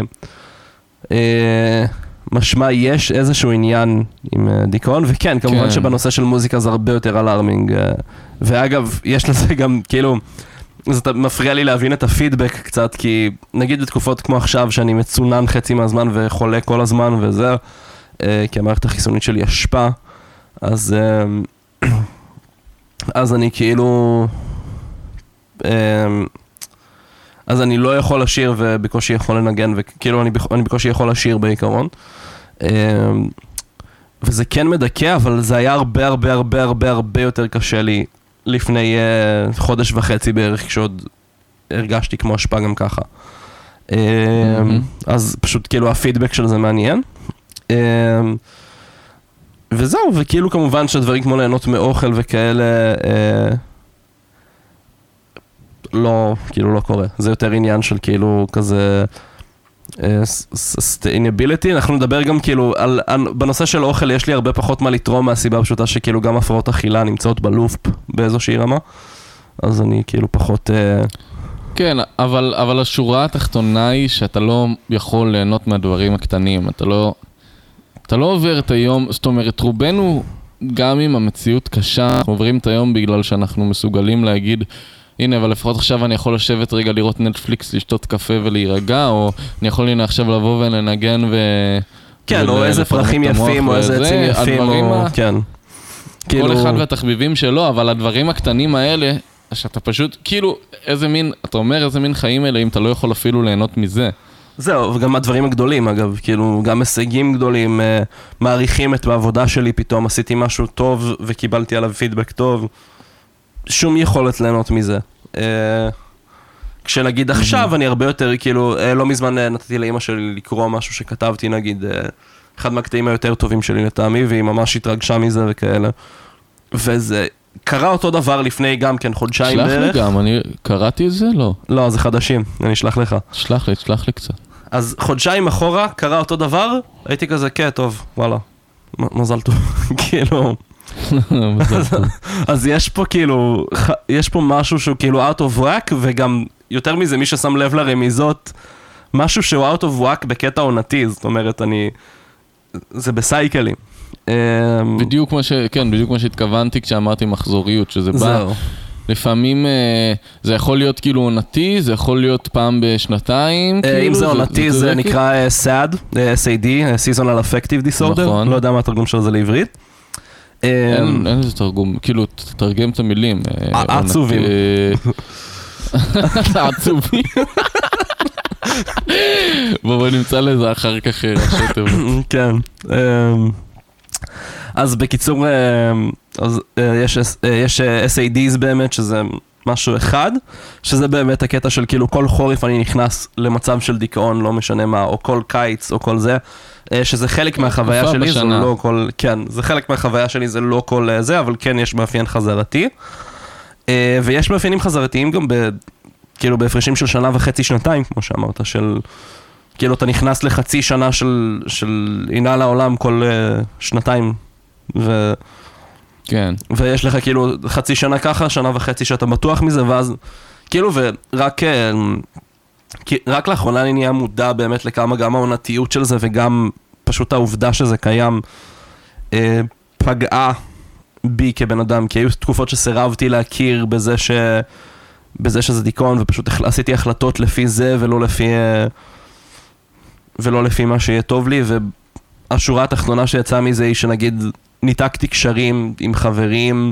משמע, יש איזשהו עניין עם דיכאון, וכן, כמובן שבנושא של מוזיקה זה הרבה יותר אלארמינג. ואגב, יש לזה גם, כאילו, זה מפריע לי להבין את הפידבק קצת, כי נגיד בתקופות כמו עכשיו, שאני מצונן חצי מהזמן וחולה כל הזמן וזה, כי המערכת החיסונית שלי השפעה, אז אני כאילו, אז אני לא יכול לשיר ובקושי יכול לנגן, וכאילו אני בקושי יכול לשיר בעיקרון. וזה כן מדכא, אבל זה היה הרבה הרבה הרבה הרבה הרבה יותר קשה לי לפני 1.5 חודש בערך, כשעוד הרגשתי כמו השפעה גם ככה. אז פשוט כאילו הפידבק של זה מעניין. וזהו, וכאילו כמובן שדברים כמו ליהנות מאוכל וכאלה, לא, כאילו לא קורה. זה יותר עניין של כאילו כזה sustainability. אנחנו נדבר גם כאילו בנושא של אוכל יש לי הרבה פחות מה לתרום, מהסיבה פשוטה שכאילו גם הפרעות אכילה נמצאות בלופ באיזושהי רמה, אז אני כאילו פחות כן, אבל השורה התחתונה היא שאתה לא יכול ליהנות מהדברים הקטנים, אתה לא עובר את היום, זאת אומרת, רובנו גם אם המציאות קשה, אנחנו עוברים את היום בגלל שאנחנו מסוגלים להגיד, הנה, אבל לפחות עכשיו אני יכול לשבת רגע לראות נטפליקס, לשתות קפה ולהירגע, או אני יכול הנה עכשיו לבוא ולנגן כן, או איזה פרחים יפים, או איזה עצים יפים, או כן. כל אחד והתחביבים שלו, אבל הדברים הקטנים האלה, שאתה פשוט, כאילו, אתה אומר איזה מין חיים אלה, אם אתה לא יכול אפילו ליהנות מזה. זהו, וגם הדברים הגדולים, אגב, כאילו, גם הישגים גדולים, מעריכים את בעבודה שלי, פתאום עשיתי משהו טוב, וקיבלתי עליו פידבק טוב. שום יכולת ליהנות מזה. כשנגיד עכשיו אני הרבה יותר, כאילו, לא מזמן נתתי לאמא שלי לקרוא משהו שכתבתי, נגיד, אחד מהקטעים היותר טובים שלי לטעמי, והיא ממש התרגשה מזה וכאלה. וזה קרה אותו דבר לפני גם כן חודשיים בערך. שלח לי גם, אני קראתי את זה? לא. לא, זה חדשים, אני אשלח לך. שלח לי קצת. אז חודשיים אחורה קרה אותו דבר, הייתי כזה, כן, טוב, וואלה, מזל טוב, כאילו. אז יש פה כאילו, יש פה משהו שהוא כאילו out of whack, וגם יותר מזה, מי ששם לב לרמיזות, משהו שהוא out of whack בקטע עונתי, זאת אומרת, זה בסייקלים. בדיוק מה שהתכוונתי כשאמרתי מחזוריות, שזה בא, לפעמים זה יכול להיות כאילו עונתי, זה יכול להיות פעם בשנתיים. אם זה עונתי זה נקרא SAD, SAD, Seasonal Affective Disorder, לא יודע מה התרגום של זה לעברית. אין איזה תרגום, כאילו תרגם את המילים. עצובים. עצובים. בואו נמצא לזה אחר כך רשת. כן. אז בקיצור, יש SADs באמת, שזה משהו אחד, שזה באמת הקטע של כאילו כל חורף אני נכנס למצב של דיכאון, לא משנה מה, או כל קיץ, או כל זה, שזה חלק מהחוויה שלי, זה לא כל, כן, זה חלק מהחוויה שלי, זה לא כל זה, אבל כן יש מאפיין חזרתי, ויש מאפיינים חזרתיים גם כאילו בהפרשים של 1.5 שנתיים, כמו שאמרת, של כאילו אתה נכנס לחצי שנה של עינה לעולם כל שנתיים, כן. ויש לך כאילו חצי שנה ככה, 1.5 שנה שאתה בטוח מזה, ואז כאילו רק לאחרונה אני נהיה מודע באמת לכמה גם העונתיות של זה, וגם פשוט העובדה שזה קיים פגעה בי כבן אדם, כי היו תקופות שסירבתי להכיר בזה שזה דיכאון, ופשוט עשיתי החלטות לפי זה ולא לפי מה שיהיה טוב לי, והשורה התחתונה שיצאה מזה היא שנגיד ניתקתי קשרים עם חברים,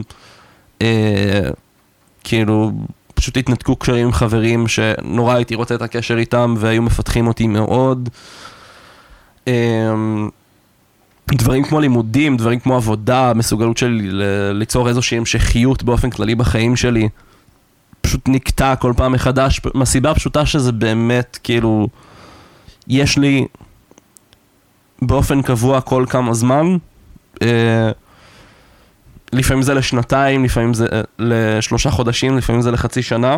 כאילו פשוט התנתקו קשרים עם חברים שנורא הייתי רוצה את הקשר איתם והיו מפתחים אותי מאוד, דברים כמו לימודים, דברים כמו עבודה, מסוגלות שלי ליצור איזושהי המשכיות באופן כללי בחיים שלי, פשוט נקטע כל פעם מחדש, מהסיבה הפשוטה שזה באמת, כאילו, יש לי באופן קבוע כל כמה זמן, לפעמים זה לשנתיים, לפעמים זה ל3 חודשים, לפעמים זה לחצי שנה,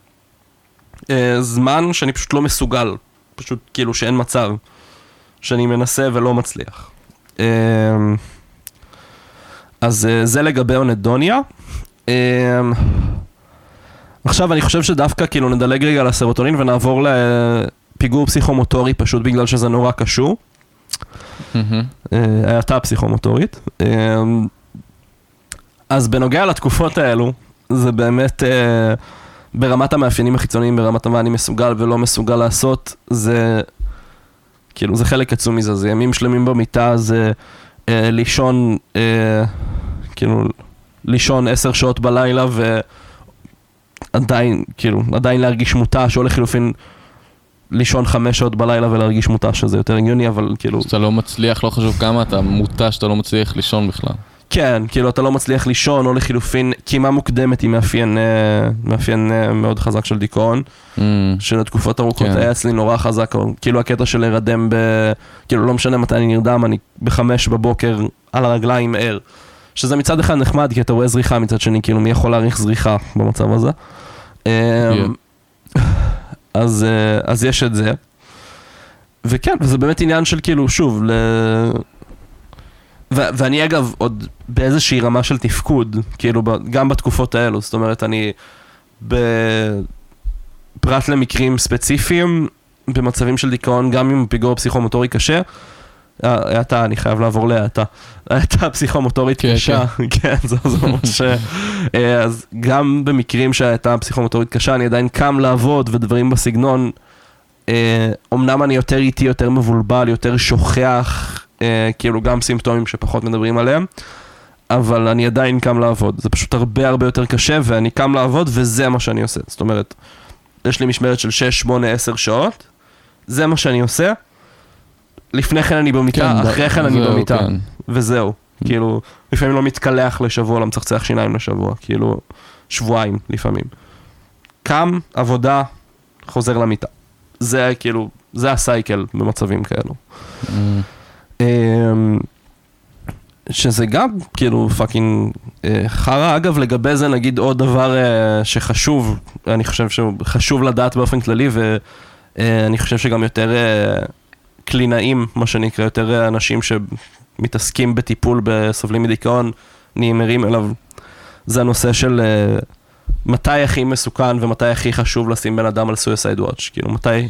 זמן שאני פשוט לא מסוגל, פשוט כאילו שאין מצב, שאני מנסה ולא מצליח. אז זה לגבי אנהדוניה. עכשיו אני חושב שדווקא כאילו נדלג רגע לסרוטונין ונעבור לפיגור פסיכומוטורי פשוט בגלל שזה נורא קשור. הייתה פסיכומוטורית. אז בנוגע לתקופות האלו, זה באמת ברמת המאפיינים החיצוניים, ברמת מה אני מסוגל ולא מסוגל לעשות, זה כאילו זה חלק עצום מזה, זה ימים שלמים במיטה, זה לישון, כאילו לישון 10 שעות בלילה ועדיין, כאילו, עדיין להרגיש מוטש, או לחילופין לישון 5 שעות בלילה ולהרגיש מוטש, שזה יותר הגיוני, אבל כאילו... שאתה לא מצליח, לא חשוב כמה, אתה מוטש, אתה לא מצליח לישון בכלל. כן, כאילו אתה לא מצליח לישון, או לחילופין, קימה מוקדמת היא מאפיין מאוד חזק של דיכאון, של התקופות ארוכות היה אצלי נורא חזק, כאילו הקטע של להירדם כאילו לא משנה מתי אני נרדם, אני ב5 בבוקר על הרגליים ער, שזה מצד אחד נחמד, כי אתה רואה זריחה מצד שני, כאילו מי יכול להעריך זריחה במצב הזה. אז יש את זה. וכן, וזה באמת עניין של כאילו, שוב, ואני אגב עוד באיזושהי רמה של תפקוד, כאילו גם בתקופות האלו, זאת אומרת אני פרט למקרים ספציפיים, במצבים של דיכאון, גם עם פיגור פסיכומוטורי קשה, אני חייב לעבור הייתה פסיכומוטורית קשה, כן, זה ממש, אז גם במקרים שהייתה פסיכומוטורית קשה, אני עדיין קם לעבוד ודברים בסגנון, אמנם אני יותר איטי, יותר מבולבל, יותר שוכח, כאילו גם סימפטומים שפחות מדברים עליהם, אבל אני עדיין קם לעבוד, זה פשוט הרבה הרבה יותר קשה, ואני קם לעבוד וזה מה שאני עושה, זאת אומרת, יש לי משמרת של 6, 8, 10 שעות, זה מה שאני עושה, לפני כן אני במיטה, אחרי כן אני במיטה, וזהו, כאילו, לפעמים לא מתקלח לשבוע, לא מצחצח שיניים לשבוע, כאילו, שבועיים לפעמים. קם, עבודה, חוזר למיטה. זה כאילו, זה הסייקל במצבים כאלו. שזה גם, כאילו, פאקינג חרה. אגב, לגבי זה נגיד עוד דבר שחשוב, אני חושב שחשוב לדעת באופן כללי, ואני חושב שגם יותר קלינאים, מה שנקרא, יותר אנשים שמתעסקים בטיפול בסובלים מדיכאון, נאמרים אליו. זה הנושא של מתי הכי מסוכן ומתי הכי חשוב לשים בן אדם על סויסייד וואץ', כאילו מתי...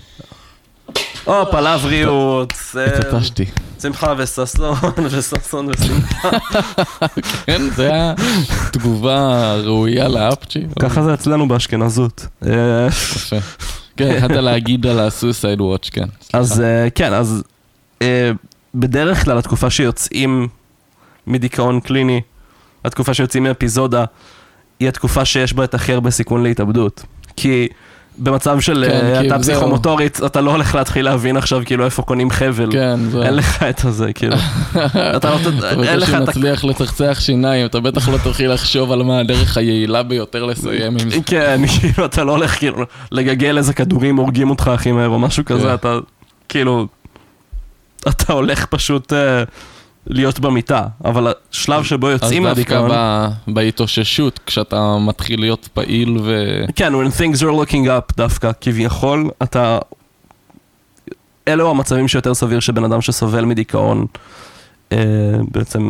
פלבריות, התעטשתי. שמחה וששון ושמחה. כן, זה התגובה ראויה לאפצ'י. ככה זה אצלנו באשכנזות. יפה. כן, יכולת להגיד על הסויסייד וואץ', כן. אז כן, אז בדרך כלל התקופה שיוצאים מדיכאון קליני, התקופה שיוצאים מאפיזודה, היא התקופה שיש בה את הכי הרבה סיכון להתאבדות. כי במצב של אתה פסיכומוטורית, אתה לא הולך להתחיל להבין עכשיו כאילו איפה קונים חבל. אין לך את הזה, כאילו. אתה מצליח לצחצח שיניים, אתה בטח לא תתחיל לחשוב על מה הדרך היעילה ביותר לסיים עם זה. כן, כאילו, אתה לא הולך כאילו לגגל איזה כדורים הורגים אותך הכי מהר או משהו כזה, אתה כאילו, אתה הולך פשוט להיות במיטה, אבל השלב שבו יוצאים מהדיכאון... אז דווקא בהתאוששות, כשאתה מתחיל להיות פעיל כן, when things are looking up דווקא, כביכול, אתה... אלו המצבים שיותר סביר שבן אדם שסובל מדיכאון, בעצם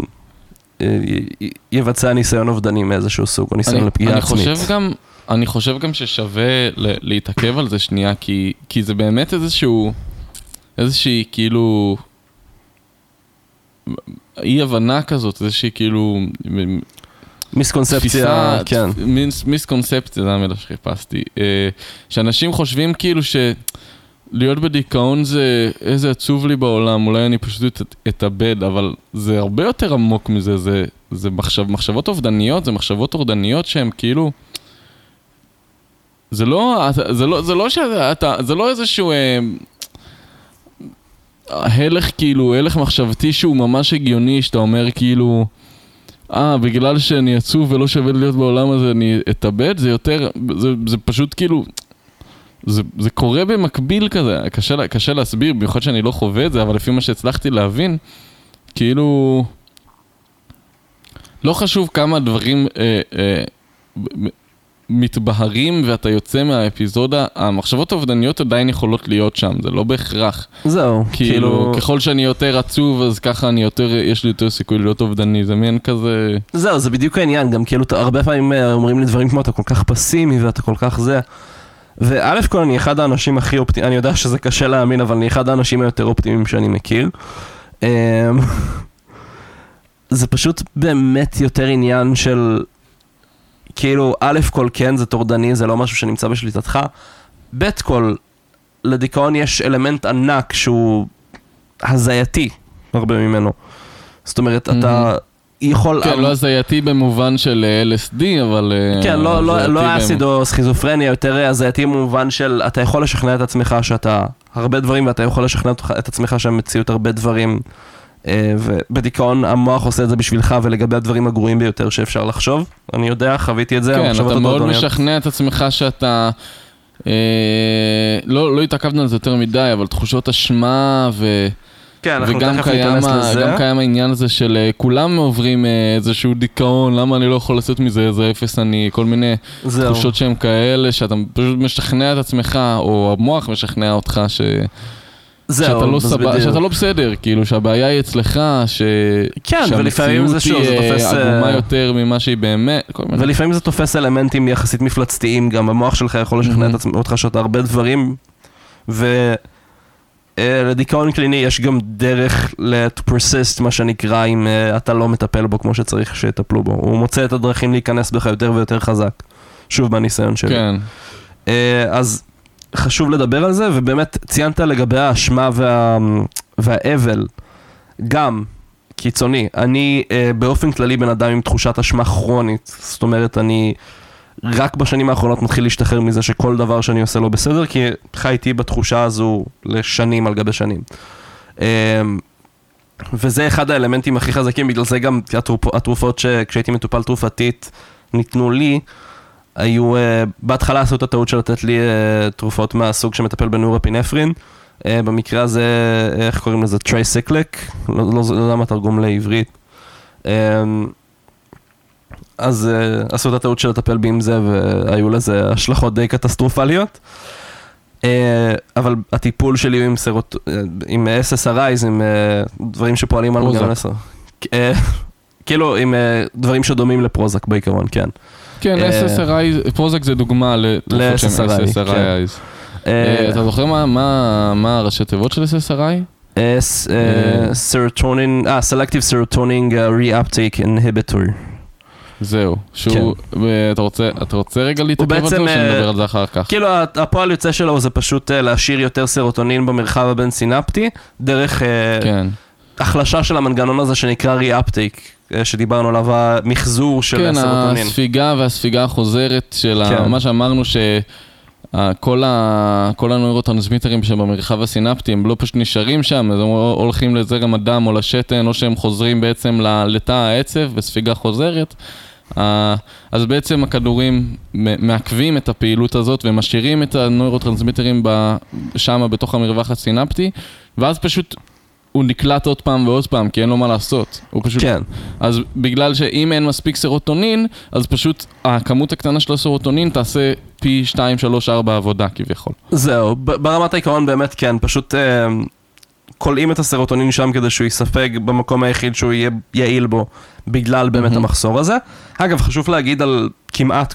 יבצע ניסיון אובדני מאיזשהו סוג, או ניסיון לפגיעה עצמית. אני חושב גם ששווה להתעכב על זה שנייה, כי זה באמת איזושהי כאילו... אי הבנה כזאת, איזושהי כאילו... מיסקונספציה, כן. מיסקונספציה, זה המילה שחיפשתי. שאנשים חושבים כאילו שלהיות בדיכאון זה איזה עצוב לי בעולם, אולי אני פשוט אתאבד, אבל זה הרבה יותר עמוק מזה, זה מחשבות אובדניות, זה מחשבות אובדניות שהן כאילו... זה לא איזשהו... הלך כאילו, הלך מחשבתי שהוא ממש הגיוני, שאתה אומר כאילו, בגלל שאני עצוב ולא שווה להיות בעולם הזה, אני אתאבד, זה יותר, זה פשוט כאילו, זה קורה במקביל כזה, קשה להסביר, במיוחד שאני לא חווה את זה, אבל לפי מה שהצלחתי להבין, כאילו, לא חשוב כמה דברים מתבהרים ואתה יוצא מהאפיזודה, המחשבות האובדניות עדיין יכולות להיות שם, זה לא בהכרח. זהו, כאילו, ככל שאני יותר עצוב, אז ככה יש לי יותר סיכוי להיות אובדני, זה מעין כזה... זהו, זה בדיוק העניין, גם כאילו, הרבה פעמים אומרים לי דברים כמו, אתה כל כך פסימי ואתה כל כך זה. וא' כל אני אחד האנשים הכי אופטימיים, אני יודע שזה קשה להאמין, אבל אני אחד האנשים היותר אופטימיים שאני מכיר. זה פשוט באמת יותר עניין של, כאילו, א' כל כן, זה טורדני, זה לא משהו שנמצא בשליטתך. ב' כל, לדיכאון יש אלמנט ענק שהוא הזייתי, הרבה ממנו. זאת אומרת, אתה יכול... כן, לא הזייתי במובן של LSD, אבל... כן, לא אסיד או סכיזופרניה, יותר הזייתי במובן של, אתה יכול לשכנע את עצמך שאתה הרבה דברים, ואתה יכול לשכנע את עצמך שהמציאות הרבה דברים, ובדיכאון המוח עושה את זה בשבילך, ולגבי הדברים הגרועים ביותר שאפשר לחשוב. אני יודע, חוויתי את זה. כן, אתה מאוד משכנע את עצמך שאתה... לא התעכבנו על זה יותר מדי, אבל תחושות אשמה כן, אנחנו וגם תכף ניכנס לזה. גם קיים העניין הזה של כולם עוברים איזשהו דיכאון, למה אני לא יכול לעשות מזה איזה אפס אני, כל מיני תחושות שהן כאלה, שאתה פשוט משכנע את עצמך, או המוח משכנע אותך שאתה לא בסדר, כאילו שהבעיה היא אצלך, שהמציאות היא עגומה יותר ממה שהיא באמת. ולפעמים זה תופס אלמנטים יחסית מפלצתיים, גם המוח שלך יכול לשכנע אותך שאתה הרבה דברים, לדיכאון קליני יש גם דרך to persist, מה שנקרא, אם אתה לא מטפל בו כמו שצריך שיטפלו בו. הוא מוצא את הדרכים להיכנס בך יותר ויותר חזק. שוב בניסיון שלי. כן. אז חשוב לדבר על זה, ובאמת ציינת לגבי האשמה והאבל, גם קיצוני. אני באופן כללי בן אדם עם תחושת אשמה כרונית. זאת אומרת, אני רק בשנים האחרונות מתחיל להשתחרר מזה שכל דבר שאני עושה לא בסדר, כי חייתי בתחושה הזו לשנים על גבי שנים. וזה אחד האלמנטים הכי חזקים, בגלל זה גם התרופות כשהייתי מטופל תרופתית ניתנו לי, היו, בהתחלה עשו את הטעות של לתת לי תרופות מהסוג שמטפל בנורפינפרין, במקרה הזה, איך קוראים לזה? טרייסיקליק, לא יודע מה תרגום לעברית. אז עשו את הטעות של לטפל בי עם זה, והיו לזה השלכות די קטסטרופליות. אבל הטיפול שלי עם SSRIs, עם דברים שפועלים על מנגנון עשר. כאילו עם דברים שדומים לפרוזק בעיקרון, כן. כן, SSRIs, פרוזק זה דוגמה לתרופות של SSRIs. אתה זוכר מה הראשי תיבות של SSRI? Selective Serotonin Reuptake Inhibitor. זהו, שהוא, אתה רוצה רגע להתעכב על זה או שנדבר על זה אחר כך? כאילו, הפועל יוצא שלו זה פשוט להשאיר יותר סרוטונין במרחב הבין סינפטי, דרך החלשה של המנגנון הזה שנקרא ריאפטייק, שדיברנו עליו, המחזור של הסרוטונין. כן, הספיגה והספיגה החוזרת של מה שאמרנו כל הנוירוטרנסמיטרים שבמרחב הסינפטי הם לא פשוט נשארים שם, אז הם הולכים לזרם הדם או לשתן, או שהם חוזרים בעצם לתא העצב בספיגה חוזרת. אז בעצם הכדורים מעכבים את הפעילות הזאת ומשאירים את הנוירוטרנסמיטרים שם בתוך המרווח הסינפטי, ואז פשוט הוא נקלט עוד פעם ועוד פעם, כי אין לו מה לעשות. הוא פשוט... כן. אז בגלל שאם אין מספיק סרוטונין, אז פשוט הכמות הקטנה של הסרוטונין תעשה פי 2, 3, 4 עבודה כביכול. זהו, ברמת העיקרון באמת כן, פשוט קולעים את הסרוטונין שם כדי שהוא יספג במקום היחיד שהוא יהיה יעיל בו, בגלל באמת המחסור הזה. אגב, חשוב להגיד על כמעט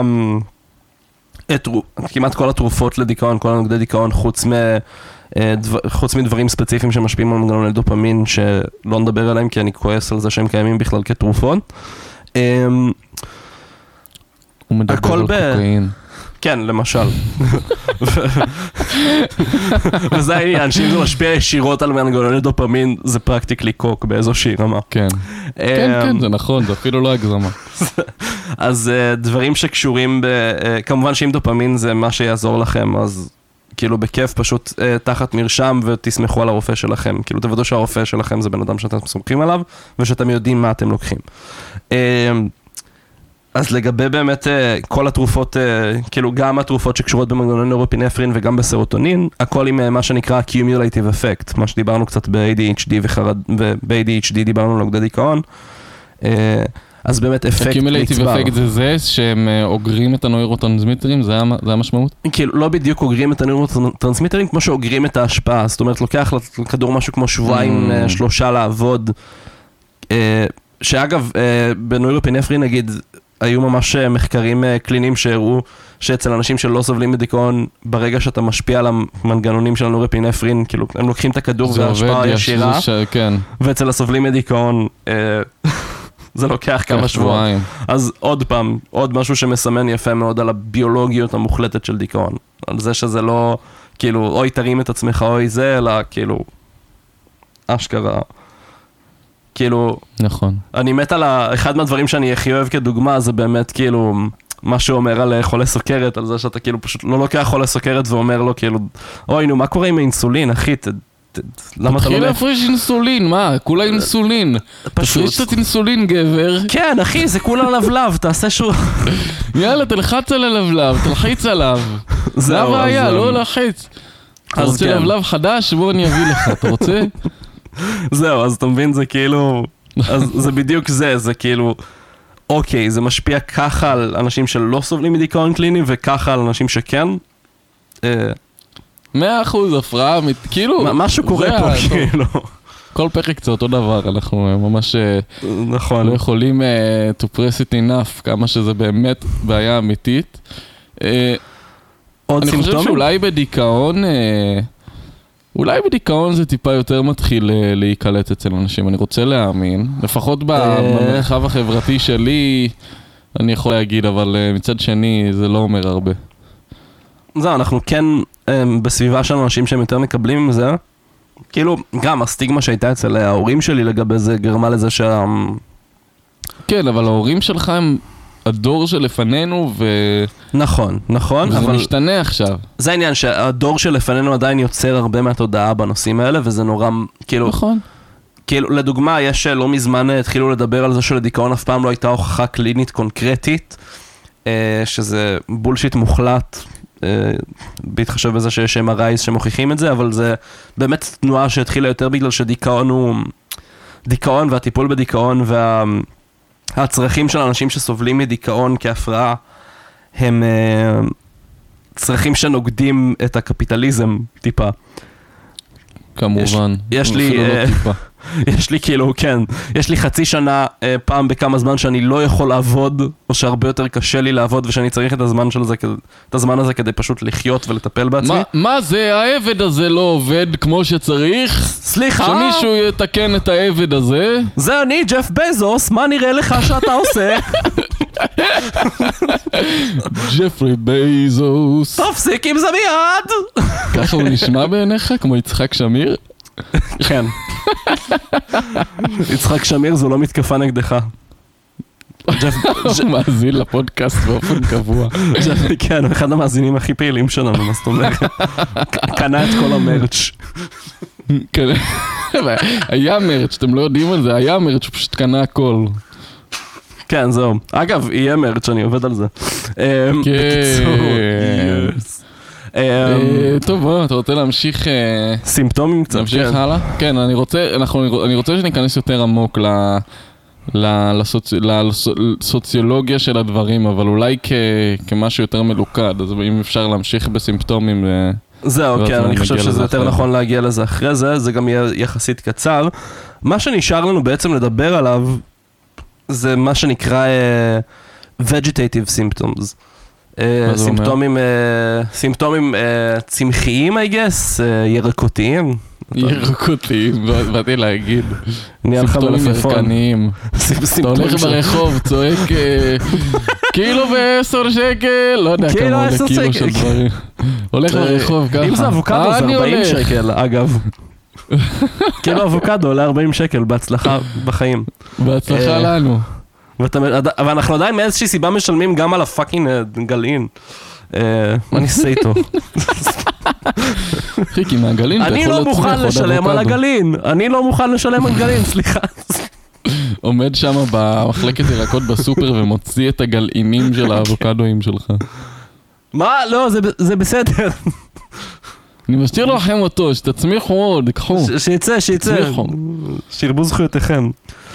כל התרופות לדיכאון, כל הנוגדי דיכאון, חוץ מדברים ספציפיים שמשפיעים על מנגנוני דופמין, שלא נדבר עליהם כי אני כועס על זה שהם קיימים בכלל כתרופות. הוא מדבר על קוקאין. כן, למשל. וזה העניין, שאם זה משפיע ישירות על מנגנוני דופמין, זה פרקטיקלי קוק באיזושהי רמה. כן. כן, זה נכון, זה אפילו לא הגזמה. אז דברים שקשורים כמובן שאם דופמין זה מה שיעזור לכם, אז כאילו בכיף פשוט תחת מרשם ותסמכו על הרופא שלכם. כאילו תוודאו שהרופא שלכם זה בן אדם שאתם סומכים עליו, ושאתם יודעים מה אתם לוקחים. אז לגבי באמת כל התרופות, כאילו גם התרופות שקשורות במנגנון נוירופינפרין וגם בסרוטונין, הכל עם מה שנקרא cumulative effect, מה שדיברנו קצת ב-ADHD וב-ADHD דיברנו על נוגדי דיכאון, אז באמת אפקט נצבר. ה-cumulative effect זה שהם אוגרים את הנוירוטרנסמיטרים, זה המשמעות? כאילו לא בדיוק אוגרים את הנוירוטרנסמיטרים כמו שאוגרים את ההשפעה, זאת אומרת לוקח לכדור משהו כמו שבועיים, 3 לעבוד, שאגב בנוירופינפרין נגיד, היו ממש מחקרים קליניים שהראו שאצל אנשים שלא סובלים מדיכאון, ברגע שאתה משפיע על המנגנונים של הנוירופינפרין, כאילו הם לוקחים את הכדור וההשפעה ישירה, ואצל הסובלים מדיכאון זה לוקח כמה שבועות. אז עוד פעם, עוד משהו שמסמן יפה מאוד על הביולוגיות המוחלטת של דיכאון. על זה שזה לא, כאילו, אוי תרים את עצמך אוי זה, אלא כאילו, אשכרה. כאילו, נכון. אני מת על אחד מהדברים שאני הכי אוהב כדוגמה, זה באמת כאילו, מה שאומר על חולה סוכרת, על זה שאתה כאילו פשוט לא לוקח חולה סוכרת ואומר לו כאילו, אוי נו, מה קורה עם האינסולין, אחי? למה אתה לא... תתחיל להפריש אינסולין, מה? כולה אינסולין. תפריש קצת אינסולין, גבר. כן, אחי, זה כולה לבלב, תעשה שוב. יאללה, תלחץ על הלבלב, תלחיץ עליו. זה הבעיה, לא להחיץ. אתה רוצה לבלב חדש? בוא אני אביא לך, אתה רוצה? זהו, אז אתה מבין, זה כאילו... אז זה בדיוק זה כאילו... אוקיי, זה משפיע ככה על אנשים שלא סובלים מדיכאון קליני, וככה על אנשים שכן. 100% הפרעה, כאילו... משהו קורה פה, כאילו. כל פרק זה אותו דבר, אנחנו ממש... נכון. לא יכולים to press it enough, כמה שזה באמת בעיה אמיתית. עוד סימפטומים? אני חושב שאולי בדיכאון... אולי בדיכאון זה טיפה יותר מתחיל להיקלט אצל אנשים, אני רוצה להאמין, לפחות במרחב החברתי שלי, אני יכול להגיד, אבל מצד שני זה לא אומר הרבה. זהו, אנחנו כן בסביבה של אנשים שהם יותר מקבלים עם זה, כאילו גם הסטיגמה שהייתה אצל ההורים שלי לגבי זה גרמה לזה כן, אבל ההורים שלך הם... הדור שלפנינו נכון, וזה אבל... משתנה עכשיו. זה העניין שהדור שלפנינו עדיין יוצר הרבה מהתודעה בנושאים האלה, וזה נורא, כאילו... נכון. כאילו, לדוגמה, יש לא מזמן התחילו לדבר על זה שלדיכאון אף פעם לא הייתה הוכחה קלינית קונקרטית, שזה בולשיט מוחלט, בהתחשב בזה שיש MRIs שמוכיחים את זה, אבל זה באמת תנועה שהתחילה יותר בגלל שדיכאון הוא... דיכאון והטיפול בדיכאון הצרכים של אנשים שסובלים מדיכאון כהפרעה הם צרכים שנוגדים את הקפיטליזם טיפה. כמובן. יש לי כאילו, כן, יש לי חצי שנה פעם בכמה זמן שאני לא יכול לעבוד, או שהרבה יותר קשה לי לעבוד ושאני צריך את הזמן הזה כדי פשוט לחיות ולטפל בעצמי. מה זה? העבד הזה לא עובד כמו שצריך? סליחה? שמישהו יתקן את העבד הזה? זה אני, ג'ף בזוס, מה נראה לך שאתה עושה? ג'פרי בייזוס. תפסיק עם זה מיד! ככה הוא נשמע בעיניך? כמו יצחק שמיר? כן. יצחק שמיר זו לא מתקפה נגדך. הוא מאזין לפודקאסט באופן קבוע. כן, הוא אחד המאזינים הכי פעילים שלנו, מה זאת אומרת? קנה את כל המרץ'. היה מרץ', אתם לא יודעים על זה, היה מרץ', הוא פשוט קנה הכל. כן, זהו. אגב, יהיה מרץ', אני עובד על זה. בקיצור, טוב, בוא, אתה רוצה להמשיך... סימפטומים קצת, להמשיך הלאה? כן, אני רוצה שניכנס יותר עמוק לסוציולוגיה של הדברים, אבל אולי כמשהו יותר מלוכד, אז אם אפשר להמשיך בסימפטומים... זהו, כן, אני חושב שזה יותר נכון להגיע לזה אחרי זה, זה גם יהיה יחסית קצר. מה שנשאר לנו בעצם לדבר עליו, זה מה שנקרא vegetative symptoms. סימפטומים צמחיים, I guess, ירקותיים. ירקותיים, באתי להגיד. סימפטומים ירקניים. אתה הולך ברחוב, צועק קילו ב10 שקל, לא יודע כמה עולה קילו של דברים. הולך ברחוב ככה. אם זה אבוקדו זה 40 שקל, אגב. קילו אבוקדו עולה 40 שקל, בהצלחה בחיים. בהצלחה לנו. ואנחנו עדיין מאיזושהי סיבה משלמים גם על הפאקינג גלעין. מה אני אעשה איתו? חיקי, מהגלין, אני לא מוכן לשלם על הגלין, אני לא מוכן לשלם על גלין, סליחה. עומד שם במחלקת ירקות בסופר ומוציא את הגלעינים של האבוקדואים שלך. מה? לא, זה בסדר. אני משאיר לכם אותו, שתצמיחו עוד, קחו. שיצא. שירבו זכויותיכם.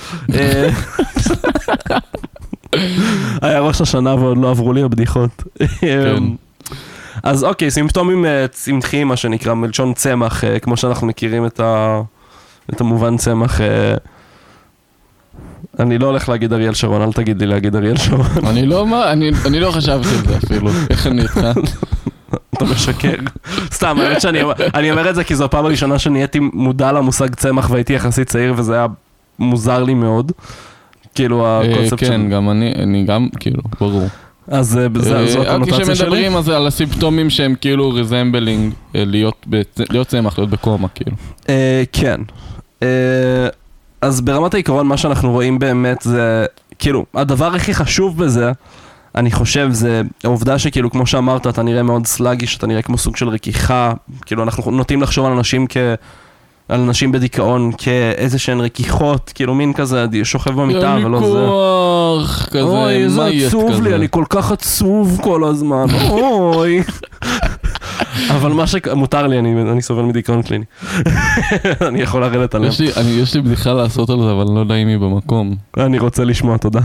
היה ראש השנה ועוד לא עברו לי הבדיחות. אז אוקיי, סימפטומים צמחיים, מה שנקרא, מלשון צמח, כמו שאנחנו מכירים את המובן צמח. אני לא הולך להגיד אריאל שרון, אל תגיד לי להגיד אריאל שרון. אני לא חשבתי על זה אפילו, איך אני איתך? אתה משקר. סתם, האמת שאני אומר את זה כי זו הפעם הראשונה שנהייתי מודע למושג צמח והייתי יחסית צעיר וזה היה מוזר לי מאוד. כאילו הקונספט של... כן, גם אני גם, כאילו, ברור. אז זו הקונוטציה שלי. כשמדברים על הסימפטומים שהם כאילו ריזמבלינג, להיות צמח, להיות בקומה, כאילו. כן. אז ברמת העיקרון מה שאנחנו רואים באמת זה, כאילו, הדבר הכי חשוב בזה, אני חושב, זה העובדה שכאילו, כמו שאמרת, אתה נראה מאוד סלאגיש, אתה נראה כמו סוג של רכיחה, כאילו, אנחנו נוטים לחשוב על אנשים בדיכאון כאיזה שהן רכיחות, כאילו מין כזה, שוכב במיטה ולא זה. אין לי כוח, כזה, אוי, איזה עצוב לי, אני כל כך עצוב כל הזמן, אוי. אבל מה שמותר לי, אני סובל מדיכאון קליני. אני יכול לרדת עליהם. יש לי בדיחה לעשות על זה, אבל לא יודע אם היא במקום. אני רוצה לשמוע, תודה.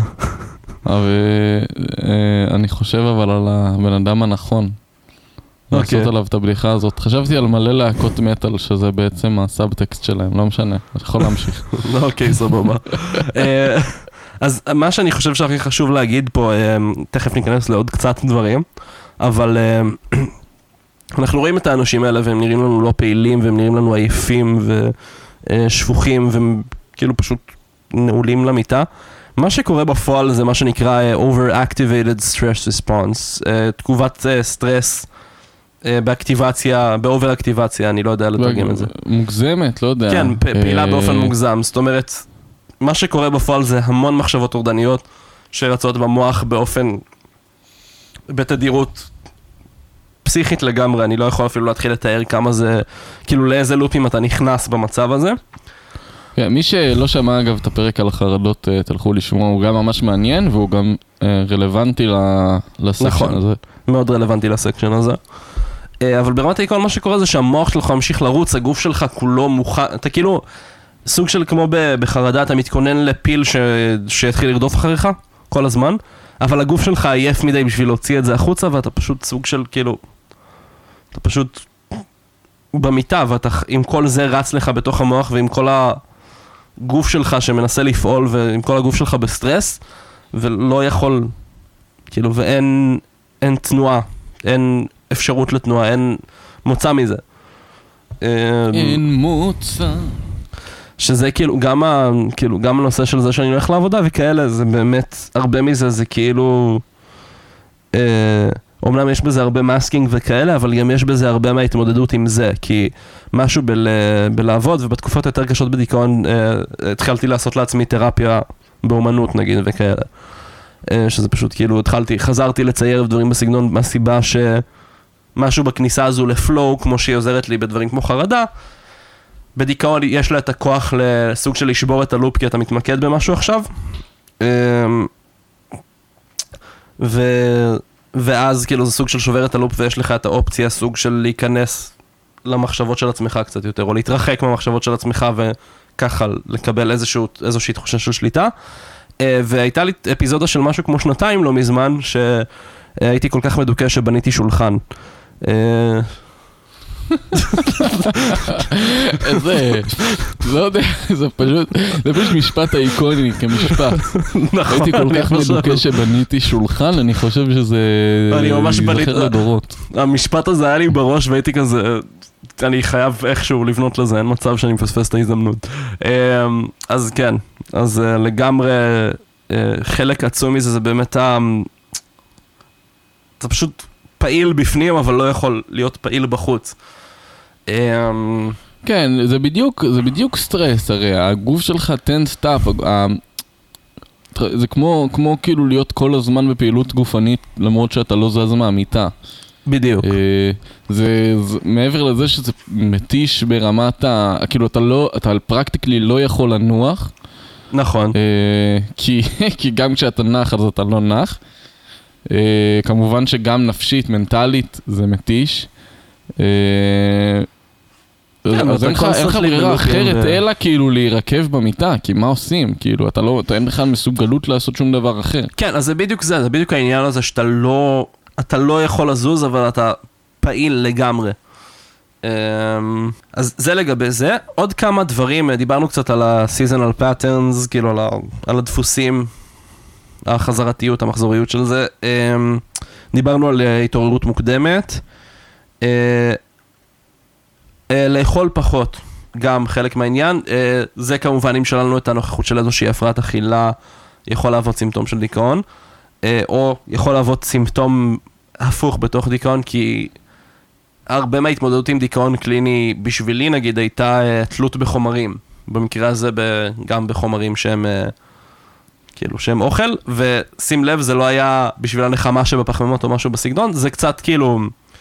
אני חושב אבל על הבן אדם הנכון. לעשות עליו את הבדיחה הזאת. חשבתי על מלא להקות מטל, שזה בעצם הסאבטקסט שלהם, לא משנה, אני יכול להמשיך. אוקיי, סבבה. אז מה שאני חושב שהכי חשוב להגיד פה, תכף ניכנס לעוד קצת דברים, אבל אנחנו רואים את האנשים האלה והם נראים לנו לא פעילים, והם נראים לנו עייפים ושפוכים, והם כאילו פשוט נעולים למיטה. מה שקורה בפועל זה מה שנקרא Overactivated Stress Response, תגובת סטרס באקטיבציה, באובר-אקטיבציה, אני לא יודע לתרגם את זה. מוגזמת, לא יודע. כן, פעילה באופן מוגזם, זאת אומרת, מה שקורה בפועל זה המון מחשבות טורדניות שרצות במוח בתדירות פסיכית לגמרי, אני לא יכול אפילו להתחיל לתאר כמה זה, כאילו לאיזה לופים אתה נכנס במצב הזה. מי שלא שמע אגב את הפרק על החרדות, תלכו לשמוע, הוא גם ממש מעניין והוא גם רלוונטי לסקשן הזה. מאוד רלוונטי לסקשן הזה. אבל ברמת העיקרון מה שקורה זה שהמוח שלך ממשיך לרוץ, הגוף שלך כולו מוכן, אתה כאילו סוג של כמו בחרדה, אתה מתכונן לפיל שיתחיל לרדוף אחריך כל הזמן, אבל הגוף שלך עייף מדי בשביל להוציא את זה החוצה, ואתה פשוט סוג של כאילו, אתה פשוט במיטה, ואתה עם כל זה רץ לך בתוך המוח, ועם כל הגוף שלך שמנסה לפעול, ועם כל הגוף שלך בסטרס, ולא יכול, כאילו, ואין תנועה, אין אפשרות לתנועה, אין מוצא מזה. אין מוצא. שזה כאילו גם הנושא של זה שאני הולך לעבודה וכאלה, זה באמת, הרבה מזה זה כאילו, אומנם יש בזה הרבה מאסקינג וכאלה, אבל גם יש בזה הרבה מההתמודדות עם זה, כי משהו בלעבוד, ובתקופות יותר קשות בדיכאון, התחלתי לעשות לעצמי תרפיה באומנות נגיד וכאלה. שזה פשוט כאילו, חזרתי לצייר דברים בסגנון מהסיבה שמשהו בכניסה הזו לפלואו, כמו שהיא עוזרת לי בדברים כמו חרדה, בדיכאון יש לה את הכוח לסוג של לשבור את הלופ, כי אתה מתמקד במשהו עכשיו. ואז כאילו זה סוג של שובר את הלופ, ויש לך את האופציה, סוג של להיכנס למחשבות של עצמך קצת יותר, או להתרחק מהמחשבות של עצמך, וככה לקבל איזושהי תחושה של שליטה. והייתה לי אפיזודה של משהו כמו 2 לא מזמן, שהייתי כל כך מדוכא שבניתי שולחן. לא יודע, זה פשוט משפט האיקוני כמשפט. הייתי כל כך מדוכא שבניתי שולחן, אני חושב שזה זוכר לדורות. המשפט הזה היה לי בראש והייתי כזה, אני חייב איכשהו לבנות לזה, אין מצב שאני מפספס את ההזדמנות. אז כן, אז לגמרי חלק עצום מזה זה באמת אתה פשוט פעיל בפנים אבל לא יכול להיות פעיל בחוץ. כן, זה בדיוק סטרס, הרי הגוף שלך תן סטאפ, זה כמו כאילו להיות כל הזמן בפעילות גופנית, למרות שאתה לא זז מהמיטה. בדיוק. זה מעבר לזה שזה מתיש ברמת כאילו אתה פרקטיקלי לא יכול לנוח. נכון. כי גם כשאתה נח אז אתה לא נח. כמובן שגם נפשית, מנטלית, זה מתיש. אז אין לך ברירה אחרת, אלא כאילו להירקב במיטה, כי מה עושים? כאילו, אתה אין בכלל מסוגלות לעשות שום דבר אחר. כן, אז זה בדיוק העניין הזה שאתה לא יכול לזוז, אבל אתה פעיל לגמרי. אז זה לגבי זה. עוד כמה דברים, דיברנו קצת על ה-seasonal patterns, כאילו על הדפוסים, החזרתיות, המחזוריות של זה. דיברנו על התעוררות מוקדמת. לאכול פחות, גם חלק מהעניין. זה כמובן אם שללנו את הנוכחות של איזושהי הפרעת אכילה, יכול להוות סימפטום של דיכאון, או יכול להוות סימפטום הפוך בתוך דיכאון, כי הרבה מההתמודדות עם דיכאון קליני בשבילי נגיד הייתה תלות בחומרים, במקרה הזה גם בחומרים שהם כאילו שהם אוכל, ושים לב זה לא היה בשביל הנחמה שבפחמימות או משהו בסגנון, זה קצת כאילו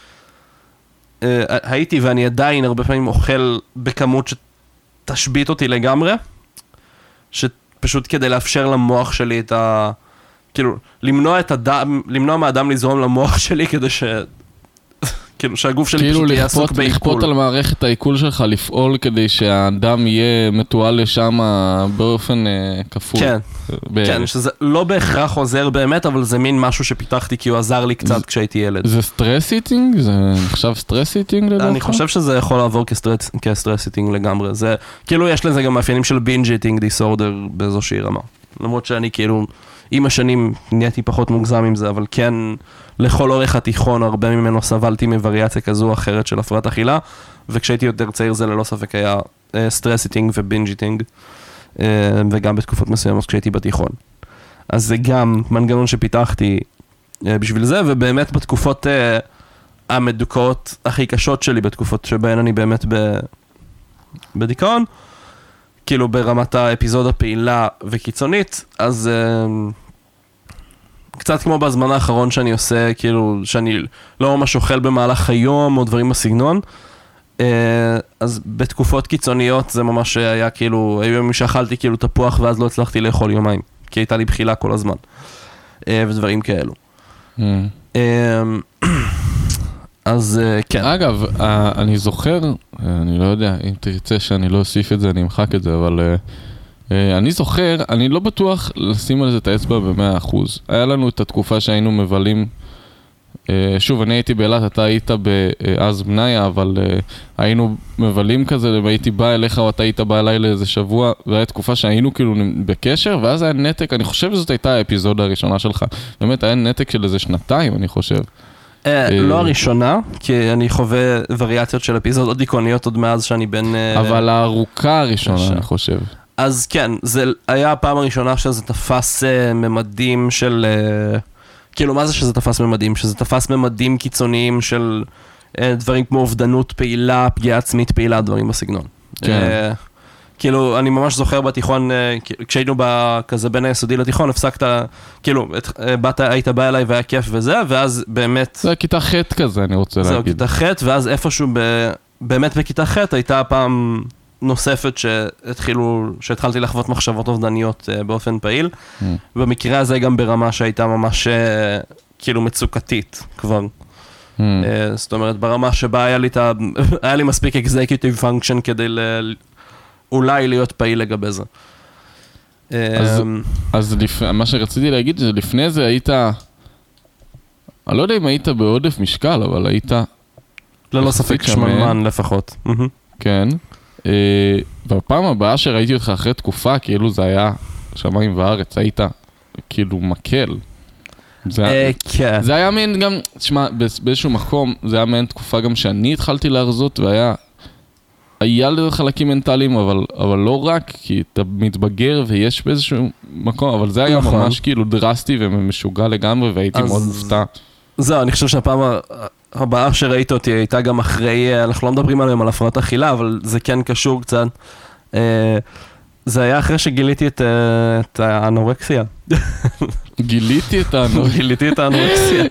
הייתי ואני עדיין הרבה פעמים אוכל בכמות שתשבית אותי לגמרי, שפשוט כדי לאפשר למוח שלי את כאילו, למנוע מהדם לזרום למוח שלי כדי כאילו שהגוף שלי פשוט יהיה עסוק בעיכול. לכפות על מערכת העיכול שלך לפעול כדי שהאדם יהיה מתועל לשם באופן כפול. כן, כן, שזה לא בהכרח עוזר באמת, אבל זה מין משהו שפיתחתי כי הוא עזר לי קצת כשהייתי ילד. זה סטרס איטינג? זה נחשב סטרס איטינג לדעתך? אני חושב שזה יכול לעבור כסטרס איטינג לגמרי. זה, כאילו יש לזה גם מאפיינים של בינג' איטינג דיסורדר באיזושהי רמה. למרות שאני כאילו עם השנים נהייתי פחות מוגזם עם זה, אבל כן, לכל אורך התיכון, הרבה ממנו סבלתי מווריאציה כזו או אחרת של הפרעת אכילה, וכשהייתי יותר צעיר זה ללא ספק היה סטרס איטינג ובינג' איטינג, וגם בתקופות מסוימות כשהייתי בתיכון. אז זה גם מנגנון שפיתחתי בשביל זה, ובאמת בתקופות המדוכאות הכי קשות שלי, בתקופות שבהן אני באמת בדיכאון, כאילו ברמת האפיזודה פעילה וקיצונית, אז קצת כמו בזמן האחרון שאני עושה, כאילו שאני לא ממש אוכל במהלך היום או דברים בסגנון, אז בתקופות קיצוניות זה ממש היה כאילו, היו ימים שאכלתי כאילו תפוח ואז לא הצלחתי לאכול יומיים, כי הייתה לי בחילה כל הזמן, ודברים כאלו. אז כן. אגב, אני זוכר, אני לא יודע, אם תרצה שאני לא אוסיף את זה, אני אמחק את זה, אבל אני זוכר, אני לא בטוח לשים על זה את האצבע ב100%. היה לנו את התקופה שהיינו מבלים, שוב, אני הייתי באילת, אתה היית באז בניה, אבל היינו מבלים כזה, הייתי בא אליך או אתה היית בא אליי לאיזה שבוע, והייתה תקופה שהיינו כאילו בקשר, ואז היה נתק, אני חושב שזאת הייתה האפיזודה הראשונה שלך. באמת, היה נתק של איזה שנתיים, אני חושב. לא הראשונה, כי אני חווה וריאציות של אפיזודות דיכאוניות עוד מאז שאני בין... אבל הארוכה הראשונה, אני חושב. אז כן, זה היה הפעם הראשונה שזה תפס ממדים של... כאילו, מה זה שזה תפס ממדים? שזה תפס ממדים קיצוניים של דברים כמו אובדנות פעילה, פגיעה עצמית פעילה, דברים בסגנון. כן. כאילו, אני ממש זוכר בתיכון, כשהיינו כזה בין היסודי לתיכון, הפסקת, כאילו, היית בא אליי והיה כיף וזה, ואז באמת... זה כיתה ח' כזה, אני רוצה להגיד. זהו, כיתה ח', ואז איפשהו, באמת בכיתה ח' הייתה פעם נוספת שהתחלתי לחוות מחשבות אובדניות באופן פעיל, במקרה הזה גם ברמה שהייתה ממש, כאילו, מצוקתית כבר. זאת אומרת, ברמה שבה היה לי מספיק executive function כדי אולי להיות פעיל לגבי זה. אז מה שרציתי להגיד זה לפני זה היית, אני לא יודע אם היית בעודף משקל, אבל היית... ללא ספק שמנמן לפחות. כן. והפעם הבאה שראיתי אותך אחרי תקופה, כאילו זה היה שמיים וארץ, היית כאילו מקל. זה היה מעין גם, תשמע, באיזשהו מקום, זה היה מעין תקופה גם שאני התחלתי להרזות, היה לזה חלקים מנטליים, אבל לא רק, כי אתה מתבגר ויש באיזשהו מקום, אבל זה היה ממש כאילו דרסטי ומשוגע לגמרי, והייתי מאוד מופתע. זהו, אני חושב שהפעם הבאה שראית אותי הייתה גם אחרי, אנחנו לא מדברים עליהם על הפרעת אכילה, אבל זה כן קשור קצת. זה היה אחרי שגיליתי את האנורקסיה. גיליתי את האנורקסיה. גיליתי את האנורקסיה.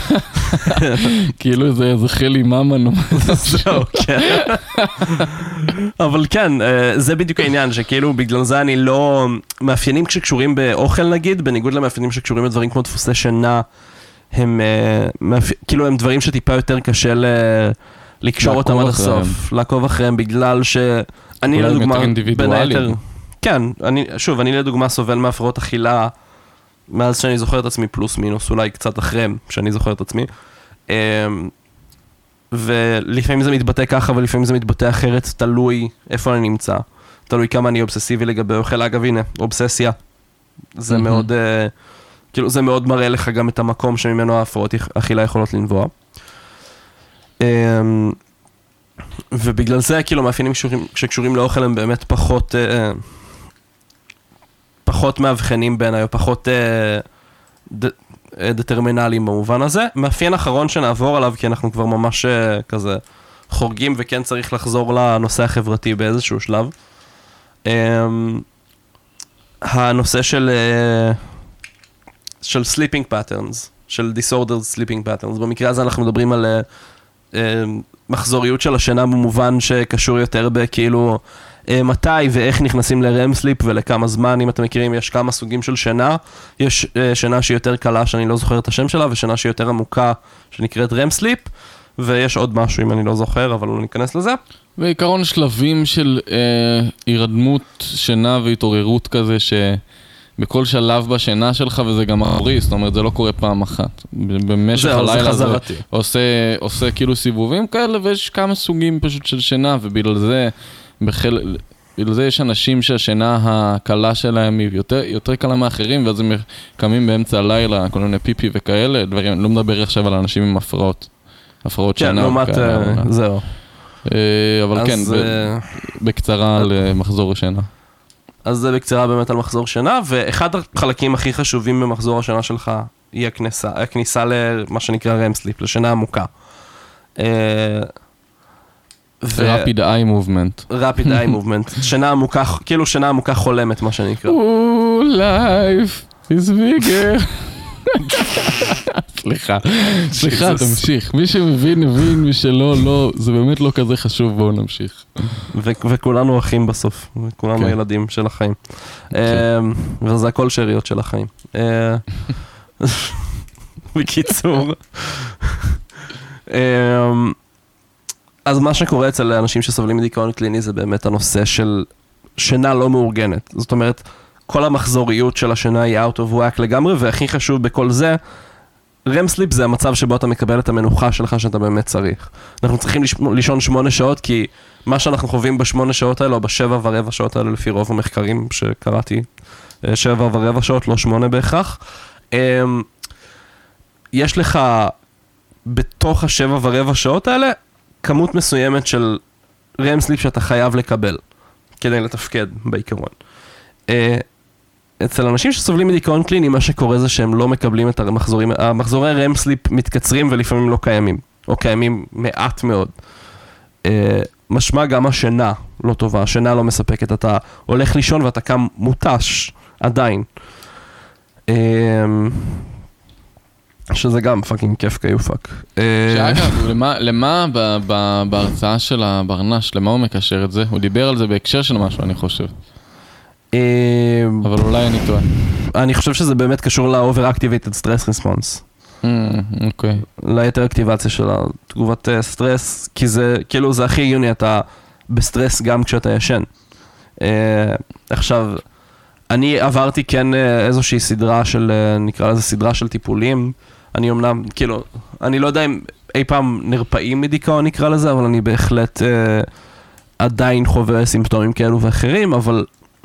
כאילו זה חלי ממן. זהו, כן. אבל כן, זה בדיוק העניין, שכאילו בגלל זה אני לא... מאפיינים שקשורים באוכל נגיד, בניגוד למאפיינים שקשורים בדברים כמו דפוסי שינה, הם כאילו הם דברים שטיפה יותר קשה לקשור אותם עד הסוף, לעקוב אחריהם, בגלל שאני לדוגמה, בין היתר, כן, אני לדוגמה סובל מהפרעות אכילה, מאז שאני זוכר את עצמי פלוס מינוס, אולי קצת אחריהם שאני זוכר את עצמי, ולפעמים זה מתבטא ככה ולפעמים זה מתבטא אחרת, תלוי איפה אני נמצא, תלוי כמה אני אובססיבי לגבי אוכל. אגב הנה, אובססיה, זה מאוד, כאילו זה מאוד מראה לך גם את המקום שממנו ההפרעות אכילה יכולות לנבוע. ובגלל זה כאילו מאפיינים שקשורים לאוכל הם באמת פחות מאבחנים בעיניי, או פחות דטרמינליים במובן הזה. מאפיין אחרון שנעבור עליו, כי אנחנו כבר ממש כזה חורגים, וכן צריך לחזור לנושא החברתי באיזשהו שלב. הנושא של sleeping patterns, של disordered sleeping patterns. במקרה הזה אנחנו מדברים על מחזוריות של השינה במובן שקשור יותר בכאילו מתי ואיך נכנסים ל-REM sleep ולכמה זמן. אם אתם מכירים, יש כמה סוגים של שינה. יש שינה שהיא יותר קלה שאני לא זוכר את השם שלה, ושינה שהיא יותר עמוקה שנקראת REM sleep, ויש עוד משהו אם אני לא זוכר, אבל לא ניכנס לזה. ועיקרון שלבים של הירדמות שינה והתעוררות כזה בכל שלב בשינה שלך, וזה גם אחורי, זאת אומרת, זה לא קורה פעם אחת. במשך הלילה זה עושה כאילו סיבובים כאלה, ויש כמה סוגים פשוט של שינה, ובגלל זה יש אנשים שהשינה הקלה שלהם היא יותר קלה מאחרים, ואז הם קמים באמצע הלילה, כל מיני פיפי וכאלה, דברים, לא מדבר עכשיו על אנשים עם הפרעות שינה. כן, לעומת, זהו. אבל כן, בקצרה על מחזור השינה. אז זה בקצרה באמת על מחזור שינה, ואחד החלקים הכי חשובים במחזור השינה שלך היא הכניסה למה שנקרא REM sleep, לשינה עמוקה. Rapid eye movement. Rapid eye movement. שינה עמוקה, כאילו שינה עמוקה חולמת, מה שנקרא. Life is bigger. סליחה, תמשיך. מי שמבין, הבין, מי שלא, לא, זה באמת לא כזה חשוב, בואו נמשיך. וכולנו אחים בסוף, וכולנו ילדים של החיים. וזה הכל שאריות של החיים. בקיצור. אז מה שקורה אצל אנשים שסובלים מדיכאון קליני זה באמת הנושא של שינה לא מאורגנת. זאת אומרת, כל המחזוריות של השינה היא out of whack לגמרי, והכי חשוב בכל זה, REM sleep זה המצב שבו אתה מקבל את המנוחה שלך שאתה באמת צריך. אנחנו צריכים לישון 8 שעות, כי מה שאנחנו חווים ב8 שעות האלה, או ב7.25 שעות האלה, לפי רוב המחקרים שקראתי, 7.25 שעות, לא 8 בהכרח, יש לך בתוך ה7.25 שעות האלה, כמות מסוימת של REM sleep שאתה חייב לקבל, כדי לתפקד בעיקרון. אצל אנשים שסובלים מדיכאון קליני, מה שקורה זה שהם לא מקבלים את המחזורים, המחזורי REM sleep מתקצרים ולפעמים לא קיימים, או קיימים מעט מאוד. משמע גם השינה לא טובה, השינה לא מספקת, אתה הולך לישון ואתה קם מוטש עדיין. שזה גם פאקינג כיף כיופק. שאגב, למה בהרצאה של הברנש, למה הוא מקשר את זה? הוא דיבר על זה בהקשר של משהו, אני חושב. אבל אולי אני טועה. אני חושב שזה באמת קשור ל-overactivated stress response. אוקיי. ליתר אקטיבציה של התגובת סטרס, כי זה, כאילו זה הכי עיוני, אתה בסטרס גם כשאתה ישן. עכשיו, אני עברתי כן איזושהי סדרה של, נקרא לזה סדרה של טיפולים. אני אמנם, כאילו, אני לא יודע אם אי פעם נרפאים מדיכאון נקרא לזה, אבל אני בהחלט עדיין חווה סימפטומים כאלו ואחרים, אבל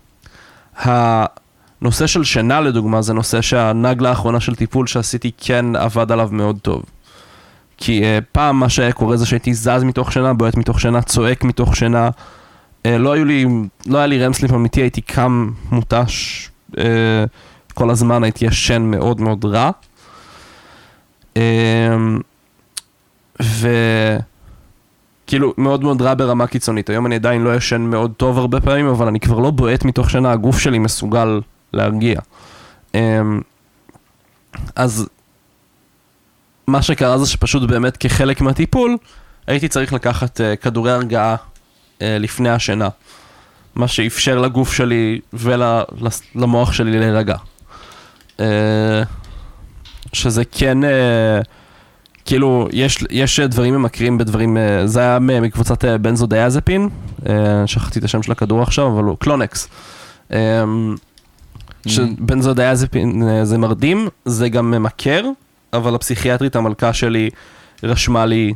הנושא של שינה לדוגמה זה נושא שהנגלה האחרונה של טיפול שעשיתי כן עבד עליו מאוד טוב. כי פעם מה שהיה קורה זה שהייתי זז מתוך שינה, בועט מתוך שינה, צועק מתוך שינה, לא היה לי REM sleep אמיתי, הייתי קם מוטש כל הזמן, הייתי ישן מאוד מאוד רע. כאילו מאוד מאוד רע ברמה קיצונית. היום אני עדיין לא ישן מאוד טוב הרבה פעמים, אבל אני כבר לא בועט מתוך שינה, הגוף שלי מסוגל להרגיע. אז מה שקרה זה שפשוט באמת כחלק מהטיפול, הייתי צריך לקחת כדורי הרגעה לפני השינה. מה שאפשר לגוף שלי ולמוח שלי להירגע. שזה כן, כאילו, יש דברים ממכרים בדברים, זה היה מקבוצת בנזודיאזפין, שכחתי את השם של הכדור עכשיו, אבל הוא קלונקס. שבנזודיאזפין זה מרדים, זה גם ממכר, אבל הפסיכיאטרית המלכה שלי רשמה לי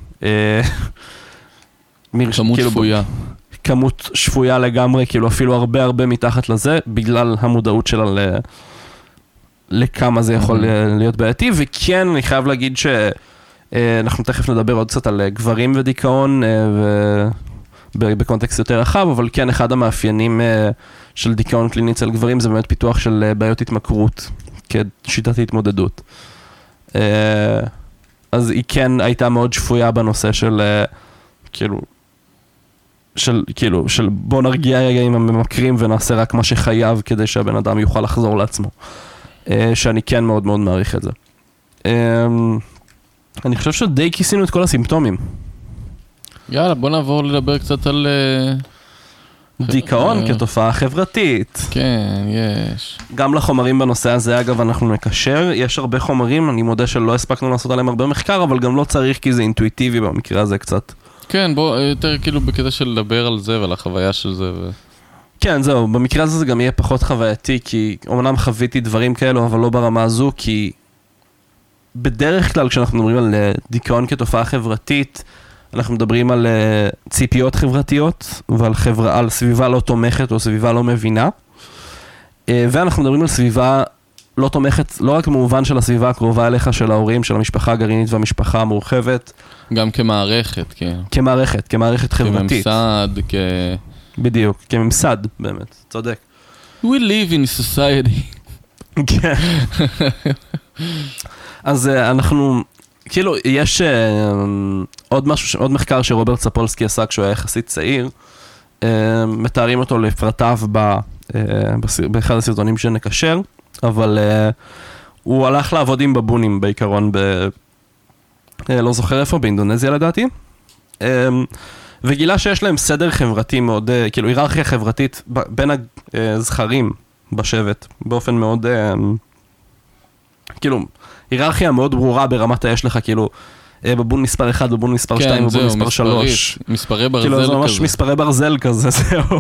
כמות שפויה. כמות שפויה לגמרי, כאילו אפילו הרבה הרבה מתחת לזה, בגלל המודעות שלה לכמה זה יכול להיות בעייתי, וכן אני חייב להגיד שאנחנו תכף נדבר עוד קצת על גברים ודיכאון, בקונטקסט יותר רחב, אבל כן אחד המאפיינים של דיכאון קליני אצל גברים זה באמת פיתוח של בעיות התמכרות, כשיטת התמודדות. אז היא כן הייתה מאוד שפויה בנושא של של בוא נרגיע רגע עם הממכרים ונעשה רק מה שחייב כדי שהבן אדם יוכל לחזור לעצמו. שאני כן מאוד מאוד מעריך את זה. אני חושב שדי כיסינו את כל הסימפטומים. יאללה, בוא נעבור לדבר קצת על דיכאון כתופעה חברתית. כן, יש. גם לחומרים בנושא הזה, אגב, אנחנו נקשר. יש הרבה חומרים, אני מודה שלא הספקנו לעשות עליהם הרבה מחקר, אבל גם לא צריך כי זה אינטואיטיבי במקרה הזה קצת. כן, בוא, יותר כאילו בקטע של לדבר על זה ועל החוויה של זה. כן, זהו, במקרה הזה זה גם יהיה פחות חווייתי, כי אומנם חוויתי דברים כאלו, אבל לא ברמה הזו, כי בדרך כלל כשאנחנו מדברים על דיכאון כתופעה חברתית, אנחנו מדברים על ציפיות חברתיות, ועל סביבה לא תומכת או סביבה לא מבינה, ואנחנו מדברים על סביבה לא תומכת, לא רק במובן של הסביבה הקרובה אליך, של ההורים, של המשפחה הגרעינית והמשפחה המורחבת. גם כמערכת, כן. כמערכת חברתית. כממסד, בדיוק, כממסד, באמת, צודק. We live in society. כן. אז אנחנו, כאילו, יש עוד מחקר שרוברט ספולסקי עשה כשהוא היה יחסית צעיר, מתארים אותו לפרטיו באחד הסרטונים שנקשר, אבל הוא הלך לעבוד עם בבונים בעיקרון, לא זוכר איפה, באינדונזיה לדעתי, וגילה שיש להם סדר חברתי מאוד, כאילו היררכיה חברתית בין הזכרים בשבט, באופן מאוד, כאילו, היררכיה מאוד ברורה ברמת יש לך, כאילו, בבון מספר 1, בבון מספר 2, בבון מספר 3. מספרי ברזל כאילו, כזה. זה ממש מספרי ברזל כזה, זהו.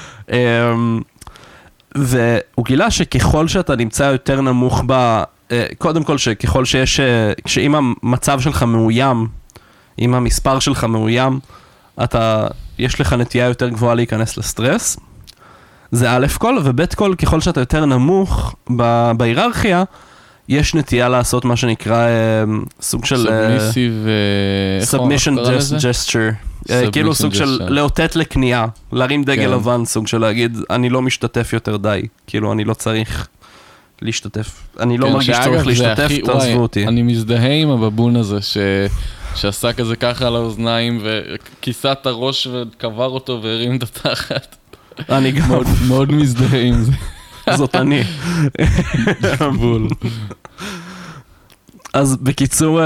והוא גילה שככל שאתה נמצא יותר נמוך קודם כל שככל שיש, שאם המצב שלך מאוים, אם המספר שלך מאוים, יש לך נטייה יותר גבוהה להיכנס לסטרס. זה א' כל, וב' כל, ככל שאתה יותר נמוך בהיררכיה, יש נטייה לעשות מה שנקרא סוג של submission gesture, כאילו סוג של לאותת לקנייה, להרים דגל לבן, סוג של להגיד, אני לא משתתף יותר די, כאילו אני לא צריך להשתתף, אני לא מרגיש צורך להשתתף, תעזבו אותי. אני מזדהה עם הבבון הזה שעשה כזה ככה על האוזניים וכיסה את הראש וקבר אותו והרים את התחת. אני גם מאוד מזדהה עם זה. זאת אני. בול. אז בקיצור,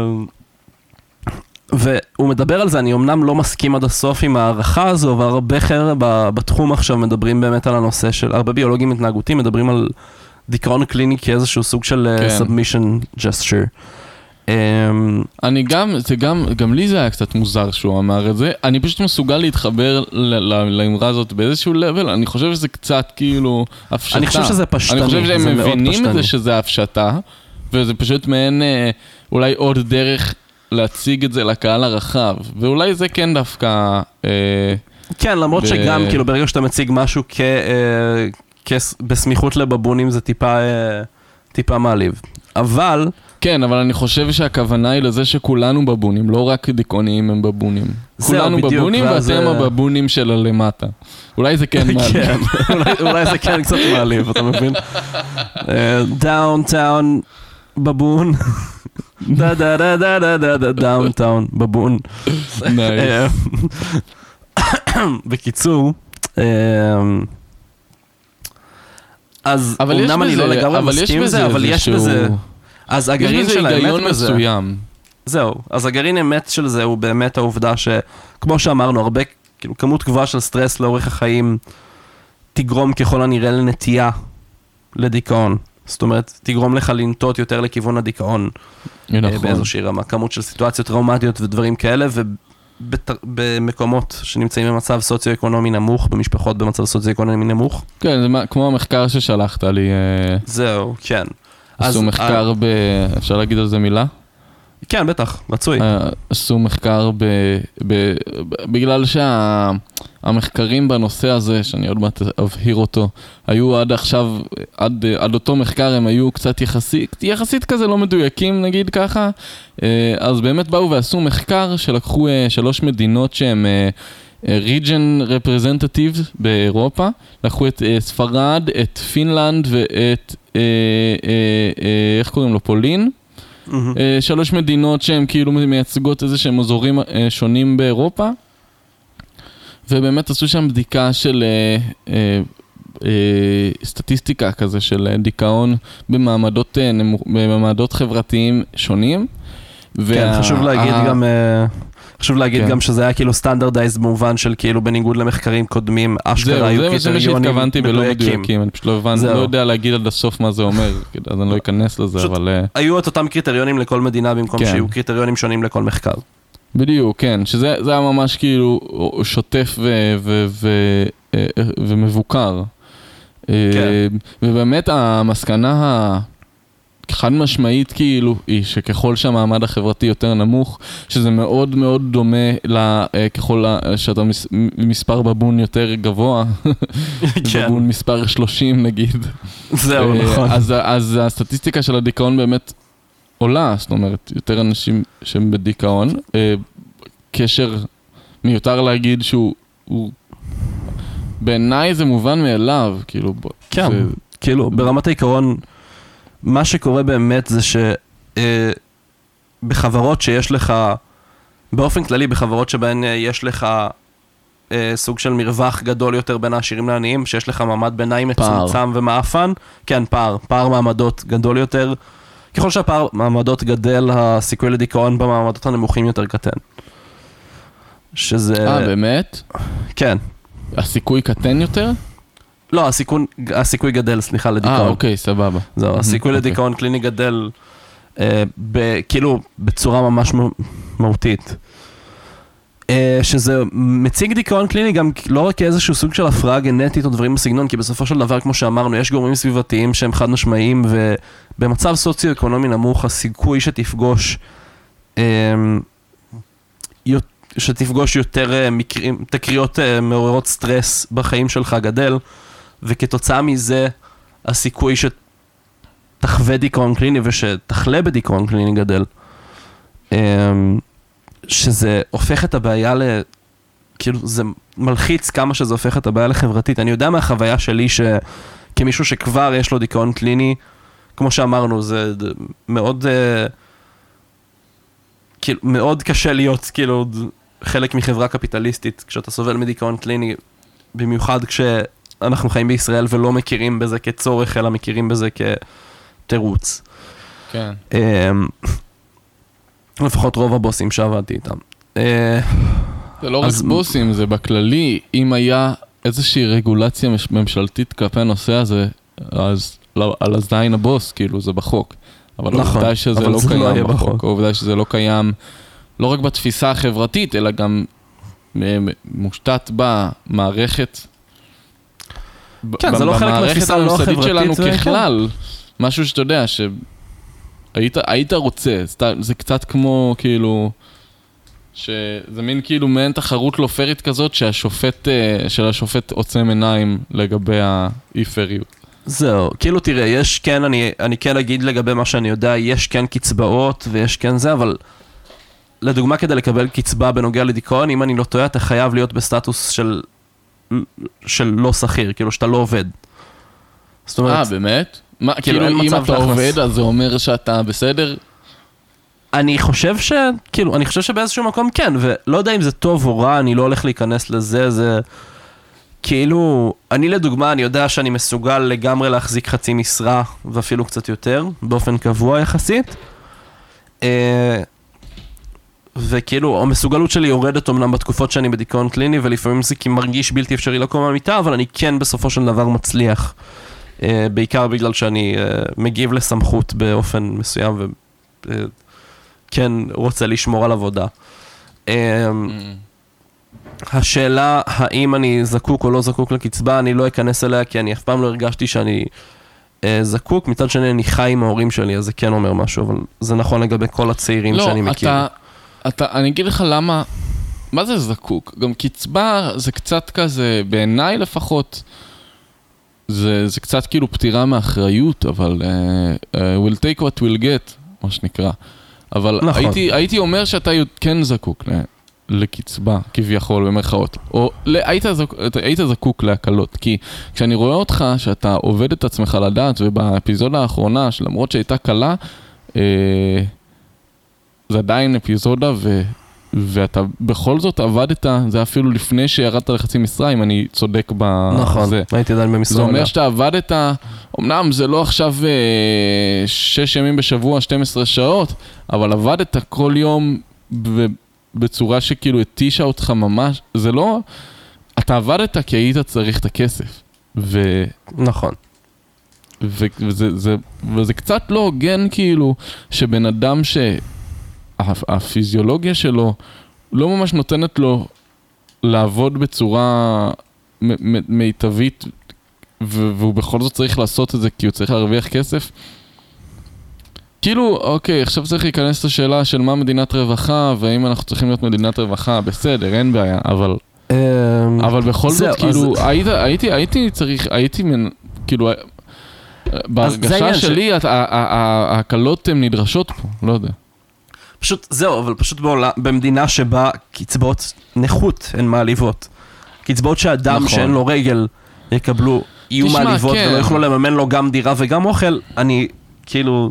והוא מדבר על זה, אני אמנם לא מסכים עד הסוף עם הערכה הזו, אבל הרבה חבר'ה בתחום עכשיו מדברים באמת על הנושא של, הרבה ביולוגים התנהגותיים מדברים על דיכאון קליני כאיזשהו סוג של submission gesture. אני גם לי זה היה קצת מוזר שהוא אמר את זה, אני פשוט מסוגל להתחבר לאמרה הזאת באיזשהו לבל, אני חושב שזה קצת כאילו הפשטה. אני חושב שזה פשטני, אני חושב שהם מבינים את זה שזה הפשטה, וזה פשוט מעין אולי עוד דרך להציג את זה לקהל הרחב, ואולי זה כן דווקא... כן, למרות שגם כאילו ברגע שאתה מציג משהו בסמיכות לבבונים זה טיפה מעליב. אבל... כן, אבל אני חושב שהכוונה היא לזה שכולנו בבונים, לא רק דיכאוניים הם בבונים. כולנו בבונים ואתם הבבונים של הלמטה. אולי זה כן מעליב. אולי זה כן קצת מעליב, אתה מבין? דאונטאון בבון. דה דה דה דה דה דה דה דאונטאון, בבון. בקיצור, אז אמנם אני לא לגמרי מסכים עם זה, אבל יש בזה, אז הגרעין של האמת בזה, זהו, אז הגרעין האמת של זה הוא באמת העובדה שכמו שאמרנו, הרבה, כאילו, כמות גבוהה של סטרס לאורך החיים תגרום ככל הנראה לנטייה לדיכאון. זאת אומרת, תגרום לך לנטות יותר לכיוון הדיכאון באיזושהי רמה. כמות של סיטואציות טראומטיות ודברים כאלה, ובמקומות שנמצאים במצב סוציו-אקונומי נמוך, במשפחות במצב סוציו-אקונומי נמוך. כן, זה כמו המחקר ששלחת לי. זהו, כן. עשו מחקר אפשר להגיד על זה מילה? כן, בטח, רצוי. עשו מחקר בגלל שהמחקרים בנושא הזה, שאני עוד מעט אבהיר אותו, היו עד עכשיו, עד אותו מחקר הם היו קצת יחסית כזה לא מדויקים, נגיד ככה. אז באמת באו ועשו מחקר שלקחו 3 מדינות שהן region representative באירופה, לקחו את ספרד, את פינלנד ואת, איך קוראים לו? פולין. 3 מדינות שהן כאילו מייצגות איזה שהם אזורים שונים באירופה, ובאמת עשו שם בדיקה של סטטיסטיקה כזה של דיכאון במעמדות חברתיים שונים. כן, חשוב להגיד גם שזה היה כאילו סטנדרדייז במובן של כאילו בניגוד למחקרים קודמים, אשכרה היו קריטריונים מדויקים. זה מה שהתכוונתי בלא מדויקים, אני פשוט לא יודע להגיד עד הסוף מה זה אומר, אז אני לא אכנס לזה, אבל... היו את אותם קריטריונים לכל מדינה במקום שיהיו קריטריונים שונים לכל מחקר. בדיוק, כן, שזה היה ממש כאילו שוטף ומבוקר. ובאמת המסקנה חד משמעית כאילו היא שככל שהמעמד החברתי יותר נמוך, שזה מאוד מאוד דומה ככל שאתה מספר בבון יותר גבוה, בבון מספר 30 נגיד. זהו, נכון. אז הסטטיסטיקה של הדיכאון באמת עולה, זאת אומרת, יותר אנשים שהם בדיכאון, קשר מיותר להגיד שהוא, בעיניי זה מובן מאליו, כאילו. כן, כאילו, ברמת העיקרון, מה שקורה באמת זה שבחברות שיש לך, באופן כללי בחברות שבהן יש לך סוג של מרווח גדול יותר בין העשירים לעניים, שיש לך מעמד ביניים מצומצם ומאפן, כן, פער מעמדות גדול יותר, ככל שהפער מעמדות גדל, הסיכוי לדיכאון במעמדות הנמוכים יותר קטן. שזה... באמת? כן. הסיכוי קטן יותר? לא, הסיכוי גדל, סליחה, לדיכאון. אוקיי, סבבה. זהו, הסיכוי לדיכאון קליני גדל כאילו בצורה ממש מהותית. שזה מציג דיכאון קליני גם לא רק כאיזשהו סוג של הפרעה גנטית או דברים בסגנון, כי בסופו של דבר, כמו שאמרנו, יש גורמים סביבתיים שהם חד משמעיים, ובמצב סוציו-אקונומי נמוך, הסיכוי שתפגוש יותר מקרים, תקריות מעוררות סטרס בחיים שלך גדל, וכתוצאה מזה הסיכוי שתחווה דיכאון קליני ושתחלה בדיכאון קליני גדל. שזה הופך את הבעיה כאילו זה מלחיץ כמה שזה הופך את הבעיה לחברתית. אני יודע מהחוויה שלי שכמישהו שכבר יש לו דיכאון קליני, כמו שאמרנו, זה מאוד כאילו מאוד קשה להיות כאילו חלק מחברה קפיטליסטית כשאתה סובל מדיכאון קליני, במיוחד כשאנחנו חיים בישראל ולא מכירים בזה כצורך, אלא מכירים בזה כתירוץ. כן. לפחות רוב הבוסים שעבדתי איתם. זה לא רק בוסים, זה בכללי. אם היה איזושהי רגולציה ממשלתית כלפי הנושא הזה, אז על הזין הבוס, כאילו, זה בחוק. אבל העובדה שזה לא קיים בחוק, העובדה שזה לא קיים לא רק בתפיסה החברתית, אלא גם מושתת במערכת, כן, זה לא חלק מהתפיסה לא חברתית שלנו ככלל. משהו שאתה יודע, שהיית רוצה, זה קצת כמו כאילו, שזה מין כאילו מעין תחרות לא פרית כזאת, שהשופט עוצם עיניים לגבי האי-פריות. זהו, כאילו תראה, יש כן, אני כן אגיד לגבי מה שאני יודע, יש כן קצבאות ויש כן זה, אבל לדוגמה כדי לקבל קצבה בנוגע לדיכאון, אם אני לא טועה, אתה חייב להיות בסטטוס של לא שכיר, כאילו שאתה לא עובד. באמת? כאילו אם אתה עובד, אז זה אומר שאתה בסדר? אני חושב כאילו, אני חושב שבאיזשהו מקום כן, ולא יודע אם זה טוב או רע, אני לא הולך להיכנס לזה, זה כאילו, אני לדוגמה, אני יודע שאני מסוגל לגמרי להחזיק חצי משרה, ואפילו קצת יותר, באופן קבוע יחסית, וכאילו, המסוגלות שלי יורדת אומנם בתקופות שאני בדיכאון קליני, ולפעמים זה כי מרגיש בלתי אפשרי לקום מהמיטה, אבל אני כן בסופו של דבר מצליח, בעיקר בגלל שאני מגיב לסמכות באופן מסוים, וכן רוצה לשמור על עבודה. השאלה, האם אני זקוק או לא זקוק לקצבה, אני לא אכנס אליה, כי אני אף פעם לא הרגשתי שאני זקוק, מצד שני אני חי עם ההורים שלי, אז זה כן אומר משהו, אבל זה נכון לגבי כל הצעירים שאני מכיר. אני אגיד לך למה, מה זה זקוק? גם קצבה זה קצת כזה, בעיניי לפחות, זה קצת כאילו פתירה מאחריות, אבל we'll take what we'll get, מה שנקרא. אבל נכון. הייתי אומר שאתה כן זקוק לקצבה, כביכול, במרכאות. או היית זקוק להקלות, כי כשאני רואה אותך שאתה עובד את עצמך לדעת, ובאפיזודה האחרונה, שלמרות שהייתה קלה, זה עדיין אפיזודה, ואתה בכל זאת עבדת, זה אפילו לפני שירדת לחצי משרה, אם אני צודק בזה. נכון, הייתי עדיין במשרה. זה אומר שאתה עבדת, אמנם זה לא עכשיו 6 ימים בשבוע, 12 שעות, אבל עבדת כל יום בצורה שכאילו התישה אותך ממש, זה לא, אתה עבדת כי היית צריך את הכסף. נכון. וזה קצת לא הוגן כאילו, שבן אדם הפיזיולוגיה שלו לא ממש נותנת לו לעבוד בצורה מיטבית, והוא בכל זאת צריך לעשות את זה כי הוא צריך להרוויח כסף. כאילו, אוקיי, עכשיו צריך להיכנס לשאלה של מה מדינת רווחה, והאם אנחנו צריכים להיות מדינת רווחה, בסדר, אין בעיה, אבל בכל זאת, כאילו, הייתי, כאילו, בהרגשה שלי, ההקלות הן נדרשות פה, לא יודע. פשוט, זהו, אבל פשוט במדינה שבה קצבאות נכות הן מעליבות. קצבאות שאדם שאין לו רגל יקבלו, יהיו מעליבות ולא יוכלו לממן לו גם דירה וגם אוכל, אני כאילו...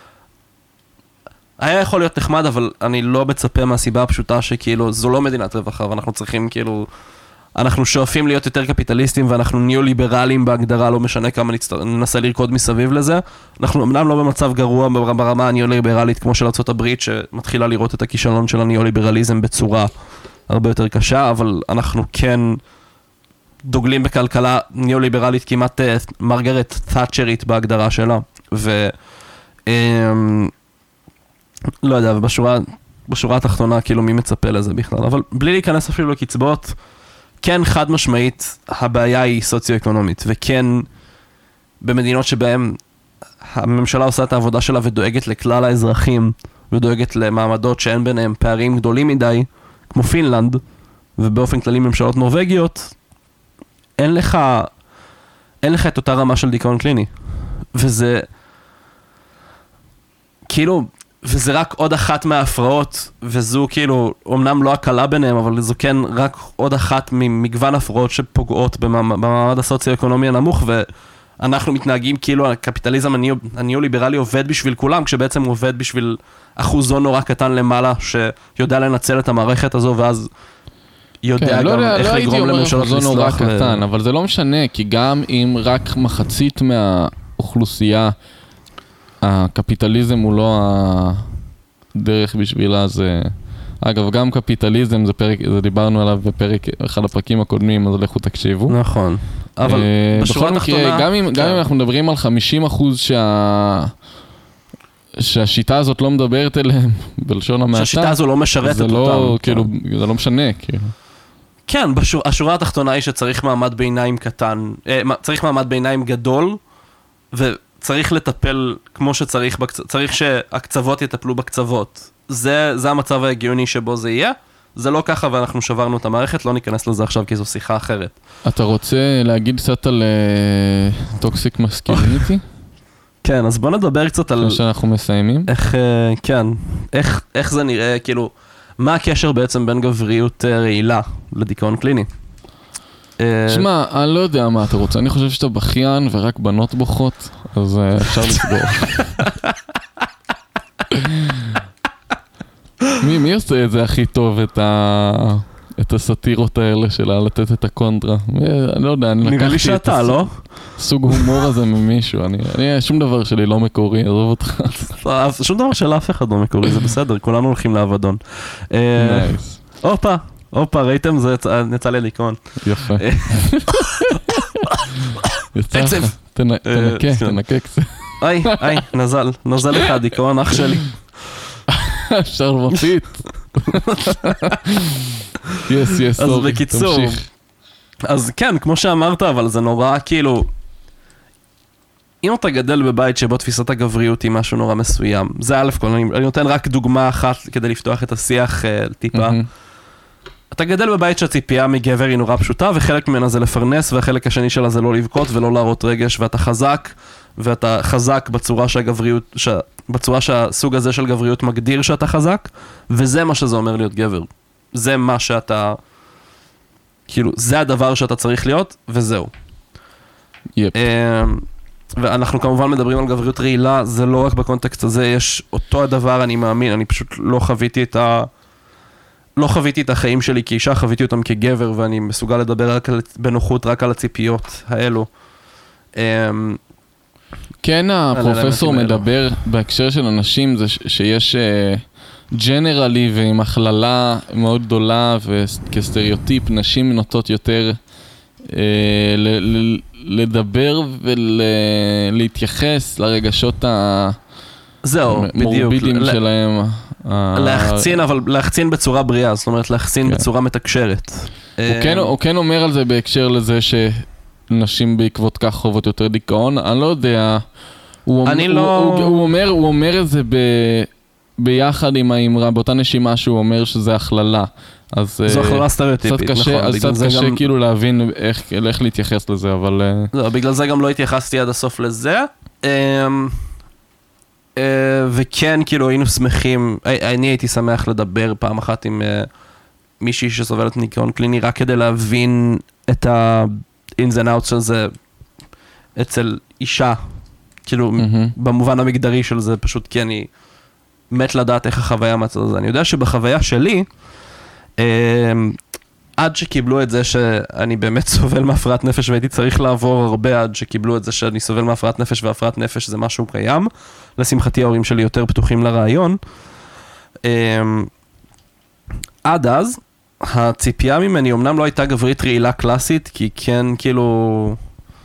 היה יכול להיות נחמד, אבל אני לא מצפה מהסיבה הפשוטה שכאילו זו לא מדינת רווחה, ואנחנו צריכים כאילו... אנחנו שואפים להיות יותר קפיטליסטים, ואנחנו ניאו-ליברליים בהגדרה, לא משנה כמה ננסה לרקוד מסביב לזה. אנחנו אמנם לא במצב גרוע ברמה הניאו-ליברלית, כמו של ארצות הברית, שמתחילה לראות את הכישלון של הניאו-ליברליזם בצורה הרבה יותר קשה, אבל אנחנו כן דוגלים בכלכלה ניאו-ליברלית כמעט מרגרט תאצ'רית בהגדרה שלה. לא יודע, ובשורה התחתונה, כאילו מי מצפה לזה בכלל, אבל בלי להיכנס אפילו לקצבאות, כן חד משמעית, הבעיה היא סוציו-אקונומית, וכן במדינות שבהן הממשלה עושה את העבודה שלה ודואגת לכלל האזרחים, ודואגת למעמדות שאין ביניהם פערים גדולים מדי, כמו פינלנד, ובאופן כללי ממשלות נורווגיות, אין לך את אותה רמה של דיכאון קליני. וזה, כאילו, וזה רק עוד אחת מההפרעות, וזו כאילו, אמנם לא הקלה ביניהם, אבל זו כן רק עוד אחת ממגוון הפרעות שפוגעות במעמד הסוציו-אקונומי הנמוך, ואנחנו מתנהגים כאילו הקפיטליזם הניאו-ליברלי עובד בשביל כולם, כשבעצם הוא עובד בשביל אחוזון נורא קטן למעלה, שיודע לנצל את המערכת הזו, ואז יודע גם איך לגרום לממשלות לסלוח. אבל זה לא משנה, כי גם אם רק מחצית מהאוכלוסייה, הקפיטליזם הוא לא הדרך בשבילה, זה... אגב, גם קפיטליזם, זה דיברנו עליו בפרק, אחד הפרקים הקודמים, אז לכו תקשיבו. נכון. אבל בשורה התחתונה... גם אם אנחנו מדברים על 50% שהשיטה הזאת לא מדברת אליהם, בלשון המעטה... שהשיטה הזו לא משרתת אותם. כאילו, זה לא משנה, כאילו. כן, השורה התחתונה היא שצריך מעמד ביניים קטן, צריך מעמד ביניים גדול, צריך לטפל כמו שצריך, צריך שהקצוות יטפלו בקצוות. זה המצב ההגיוני שבו זה יהיה. זה לא ככה ואנחנו שברנו את המערכת, לא ניכנס לזה עכשיו כי זו שיחה אחרת. אתה רוצה להגיד קצת על טוקסיק מסקיליניטי? כן, אז בוא נדבר קצת על... שאנחנו מסיימים. איך זה נראה, כאילו, מה הקשר בעצם בין גבריות רעילה לדיכאון קליני? שמע, אני לא יודע מה אתה רוצה, אני חושב שאתה בכיין ורק בנות בוכות, אז אפשר לסגור. מי עושה את זה הכי טוב, את הסאטירות האלה שלה, לתת את הקונטרה? אני לא יודע, אני נראה לי שאתה, לא? סוג הומור הזה ממישהו. שום דבר שלי לא מקורי, עזוב אותך. שום דבר של אף אחד לא מקורי, זה בסדר, כולנו הולכים לאבדון. נייס. הופה, ראיתם? זה נצא לדיכאון. יפה. עצב. תנקה קצת. היי, נזל לך הדיכאון, אח שלי. שרמפית. יס, אז בקיצור, אז כן, כמו שאמרת, אבל זה נורא כאילו, אם אתה גדל בבית שבו תפיסת הגבריות היא משהו נורא מסוים, זה א' כל, אני נותן רק דוגמה אחת כדי לפתוח את השיח טיפה. אתה גדל בבית שהציפייה מגבר היא נורא פשוטה, וחלק ממנה זה לפרנס, והחלק השני שלה זה לא לבכות ולא להראות רגש, ואתה חזק בצורה שהגבריות, בצורה שהסוג הזה של גבריות מגדיר שאתה חזק, וזה מה שזה אומר להיות גבר. זה מה שאתה, כאילו, זה הדבר שאתה צריך להיות, וזהו. ואנחנו כמובן מדברים על גבריות רעילה, זה לא רק בקונטקסט הזה, יש אותו הדבר, אני מאמין, אני פשוט לא חוויתי את החיים שלי כאישה, חוויתי אותם כגבר, ואני מסוגל לדבר בנוחות רק על הציפיות האלו. כן, הפרופסור מדבר בהקשר של אנשים, זה שיש ג'נרלי ועם הכללה מאוד גדולה, וכסטריאוטיפ, נשים נוטות יותר לדבר ולהתייחס לרגשות המורבידים שלהם. להחצין, אבל להחצין בצורה בריאה, זאת אומרת להחצין בצורה מתקשרת. הוא כן אומר על זה בהקשר לזה שנשים בעקבות כך חוות יותר דיכאון, אני לא יודע, הוא אומר את זה ביחד עם האמרה, באותה נשימה שהוא אומר שזה הכללה. זו הכללה סטריאוטיפית, נכון. אז קצת קשה כאילו להבין איך להתייחס לזה, אבל... בגלל זה גם לא התייחסתי עד הסוף לזה. וכן, כאילו היינו שמחים, אני הייתי שמח לדבר פעם אחת עם מישהי שסובלת דיכאון קליני, רק כדי להבין את ה-ins and outs של זה אצל אישה, כאילו במובן המגדרי של זה, פשוט כי אני מת לדעת איך החוויה מצד הזה. אני יודע שבחוויה שלי, עד שקיבלו את זה שאני באמת סובל מהפרעת נפש, והייתי צריך לעבור הרבה עד שקיבלו את זה שאני סובל מהפרעת נפש, והפרעת נפש זה משהו קיים. לשמחתי ההורים שלי יותר פתוחים לרעיון. עד אז, הציפייה ממני אומנם לא הייתה גברית רעילה קלאסית, כי כן כאילו,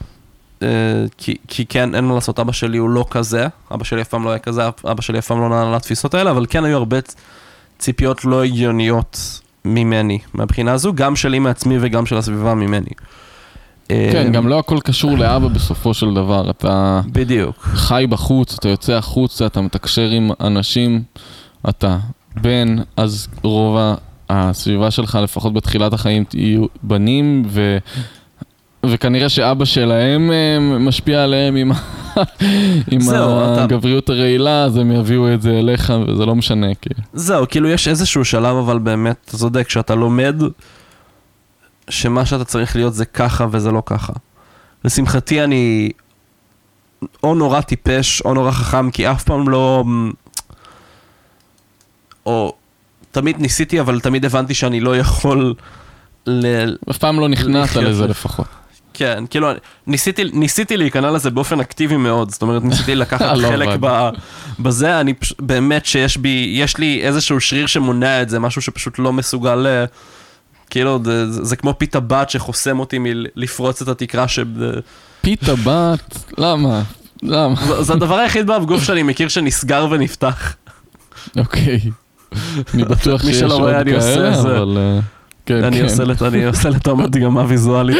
כי כן אין מה לעשות, אבא שלי הוא לא כזה, אבא שלי אף פעם לא היה כזה, אבא שלי אף פעם לא נענה לתפיסות האלה, אבל כן היו הרבה ציפיות לא הגיוניות ממני, מהבחינה הזו, גם שלי מעצמי וגם של הסביבה ממני. כן, גם לא הכל קשור לאבא בסופו של דבר, אתה בדיוק. חי בחוץ, אתה יוצא החוץ, אתה מתקשר עם אנשים, אתה בן, אז רוב הסביבה שלך, לפחות בתחילת החיים, יהיו בנים, וכנראה שאבא שלהם משפיע עליהם עם הגבריות הרעילה, אז הם יביאו את זה אליך, וזה לא משנה. זהו, כאילו יש איזשהו שלב, אבל באמת, אתה צודק, שאתה לומד שמה שאתה צריך להיות זה ככה וזה לא ככה. לשמחתי אני או נורא טיפש או נורא חכם, כי אף פעם לא, או תמיד ניסיתי, אבל תמיד הבנתי שאני לא יכול אף פעם לא נכנעת לזה לפחות. כן, כאילו, ניסיתי להיכנע לזה באופן אקטיבי מאוד, זאת אומרת, ניסיתי לקחת חלק בזה, אני באמת יש לי איזשהו שריר שמונע את זה, משהו שפשוט לא מסוגל, כאילו, זה כמו פיתה בת שחוסם אותי מלפרוץ את התקרה פיתה בת? למה? זה הדבר היחיד בגוף שאני מכיר שנסגר ונפתח. אוקיי. אני בטוח שיש עוד כאלה, אבל... אני עושה לתום הדגמה ויזואלית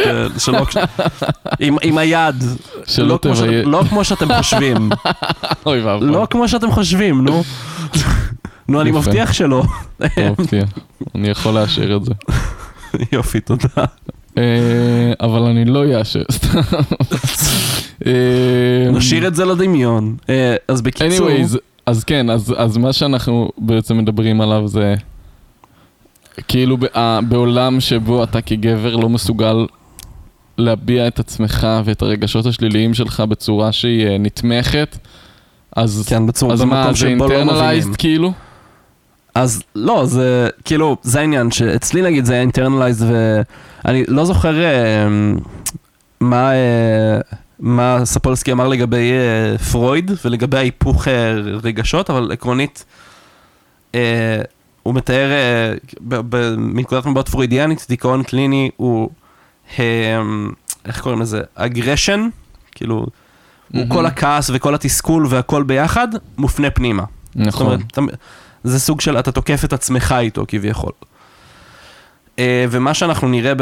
עם היד, לא כמו שאתם חושבים, לא כמו שאתם חושבים, נו אני מבטיח שלא. אני יכול לאשר את זה. יופי, תודה. אבל אני לא יאשר. נשאיר את זה לדמיון. אז בקיצור, אז כן, אז מה שאנחנו בעצם מדברים עליו זה כאילו בעולם שבו אתה כגבר לא מסוגל להביע את עצמך ואת הרגשות השליליים שלך בצורה שהיא נתמכת, אז כן, אז מה, זה אינטרנלייזד כאילו? אז לא, זה כאילו, זה העניין שאצלי נגיד זה היה אינטרנלייז ואני לא זוכר מה ספולסקי אמר לגבי פרויד ולגבי ההיפוך רגשות, אבל עקרונית הוא מתאר מנקודת מבט פרוידיאנית, דיכאון קליני הוא, איך קוראים לזה? אגרשן, כאילו, הוא כל הכעס וכל התסכול והכל ביחד מופנה פנימה. נכון. זאת אומרת, זה סוג של, אתה תוקף את עצמך איתו כביכול. ומה שאנחנו נראה